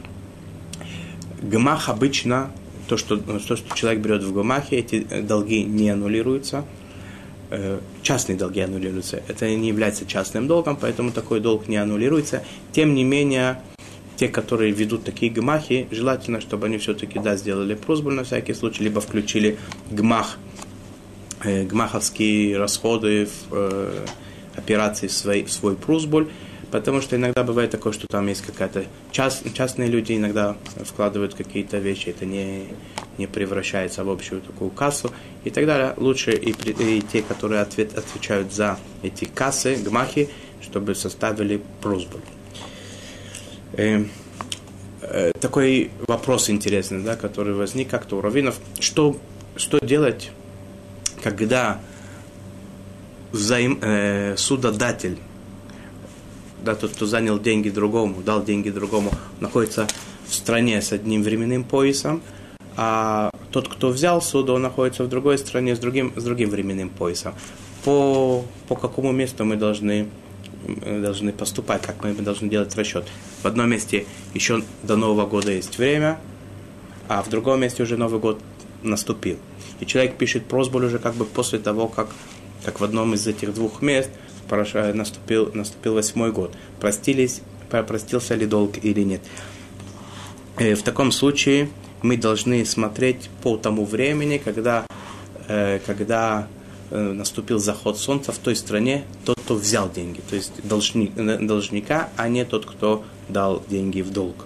Гмах обычно, то что, то, что человек берет в гмахе, эти долги не аннулируются, частные долги аннулируются. Это не является частным долгом, поэтому такой долг не аннулируется. Тем не менее, те, которые ведут такие гмахи, желательно, чтобы они все-таки да, сделали просьбу на всякий случай, либо включили гмах, э, гмаховские расходы в э, операции в свой, в свой просьбу, потому что иногда бывает такое, что там есть какая-то част, частные люди иногда вкладывают какие-то вещи, это не, не превращается в общую такую кассу и так далее. Лучше и, и те, которые ответ, отвечают за эти кассы, гмахи, чтобы составили просьбу. Э, э, такой вопрос интересный, да, который возник как-то у раввинов. Что, что делать, когда взаим, э, судодатель, да, тот, кто занял деньги другому, дал деньги другому, находится в стране с одним временным поясом, а тот, кто взял суду, он находится в другой стране с другим, с другим временным поясом. По, по какому месту мы должны, должны поступать, как мы должны делать расчет? В одном месте еще до Нового года есть время, а в другом месте уже Новый год наступил. И человек пишет просьбу уже как бы после того, как, как в одном из этих двух мест наступил, наступил восьмой год. Простились, простился ли долг или нет. В таком случае мы должны смотреть по тому времени, когда, когда наступил заход солнца в той стране, тот, кто взял деньги. То есть должник, должника, а не тот, кто дал деньги в долг.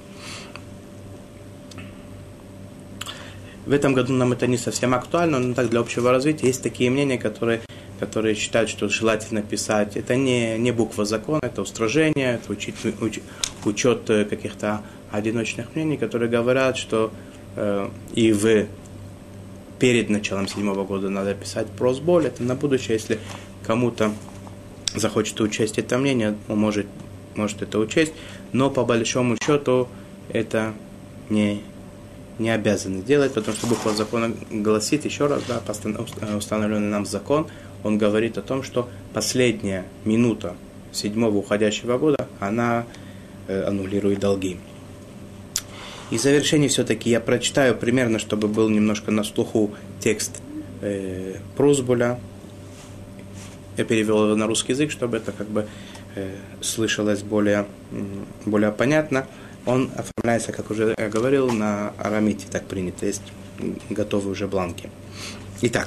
В этом году нам это не совсем актуально, но так для общего развития есть такие мнения, которые которые считают, что желательно писать. Это не, не буква закона, это устражение, это учет, уч, учет каких-то одиночных мнений, которые говорят, что э, и в, перед началом седьмого года надо писать просьбу. Это на будущее, если кому-то захочется учесть это мнение, он может, может это учесть, но по большому счету это не, не обязаны делать, потому что буква закона гласит, еще раз, да, установленный нам закон, он говорит о том, что последняя минута седьмого уходящего года, она э, аннулирует долги. И в завершении все-таки я прочитаю примерно, чтобы был немножко на слуху текст э, просьбуля. Я перевел его на русский язык, чтобы это как бы э, слышалось более, более понятно. Он оформляется, как уже я говорил, на арамите, так принято, есть готовые уже бланки. Итак,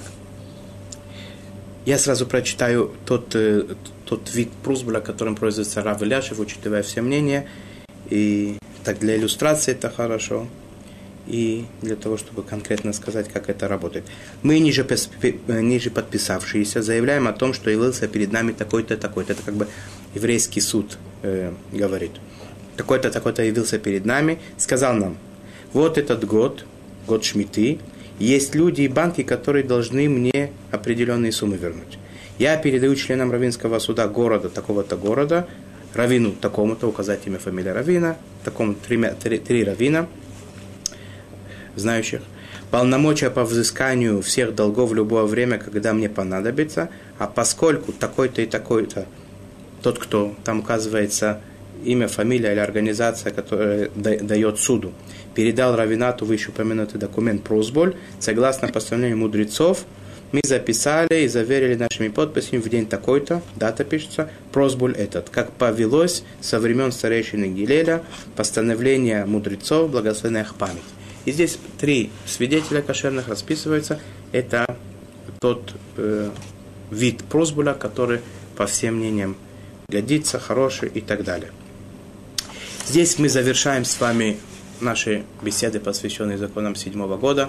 я сразу прочитаю тот, тот вид просьбы, которым пользуется Рав Ильяшев, учитывая все мнения. И так для иллюстрации это хорошо. И для того, чтобы конкретно сказать, как это работает. Мы, ниже, ниже подписавшиеся, заявляем о том, что явился перед нами такой-то, такой-то. Это как бы еврейский суд э, говорит. Такой-то, такой-то явился перед нами, сказал нам, вот этот год, год Шмиты, есть люди и банки, которые должны мне определенные суммы вернуть. Я передаю членам раввинского суда города, такого-то города, раввину такому-то, указать имя, фамилия раввина, такому три, три, три раввина, знающих, полномочия по взысканию всех долгов в любое время, когда мне понадобится, а поскольку такой-то и такой-то, тот, кто там указывается имя, фамилия или организация, которая дает суду, передал раввинату вышеупомянутый документ просьболь, согласно постановлению мудрецов, мы записали и заверили нашими подписями в день такой-то, дата пишется, просьболь этот, как повелось со времен старейшины Гилеля, постановление мудрецов, благословенная их память. И здесь три свидетеля кошерных расписываются, это тот э, вид просьболя, который по всем мнениям годится, хороший и так далее. Здесь мы завершаем с вами наши беседы, посвященные законам седьмого года.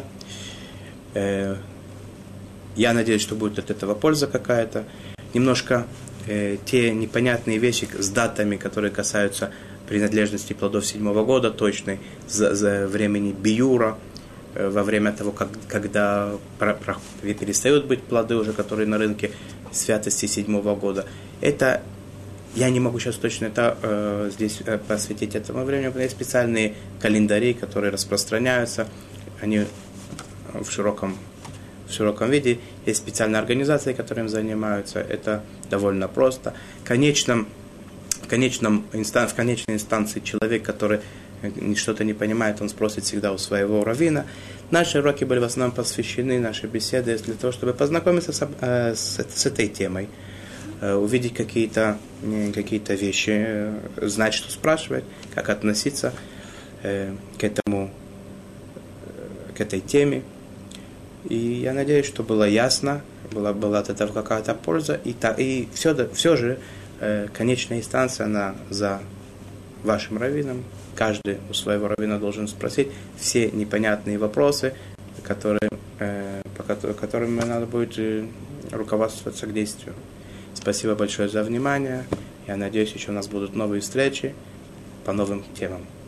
Я надеюсь, что будет от этого польза какая-то. Немножко э, те непонятные вещи с датами, которые касаются принадлежности плодов седьмого года, точной, за, за времени биюра, э, во время того, как, когда про, про, перестают быть плоды уже, которые на рынке, святости седьмого года. Это я не могу сейчас точно это, э, здесь э, посвятить этому времени, но есть специальные календари, которые распространяются, они в широком в широком виде. Есть специальные организации, которыми занимаются. Это довольно просто. В конечном, в конечном инстан, в конечной инстанции человек, который что-то не понимает, он спросит всегда у своего раввина. Наши уроки были в основном посвящены, наши беседы, для того, чтобы познакомиться с, э, с, с этой темой, э, увидеть какие-то, э, какие-то вещи, э, знать, что спрашивать, как относиться э, к этому, э, к этой теме. И я надеюсь, что было ясно, была, была от этого какая-то польза, и, та, и все, все же э, конечная инстанция, она за вашим раввином. Каждый у своего раввина должен спросить все непонятные вопросы, которые, э, по которым надо будет э, руководствоваться к действию. Спасибо большое за внимание. Я надеюсь, еще у нас будут новые встречи по новым темам.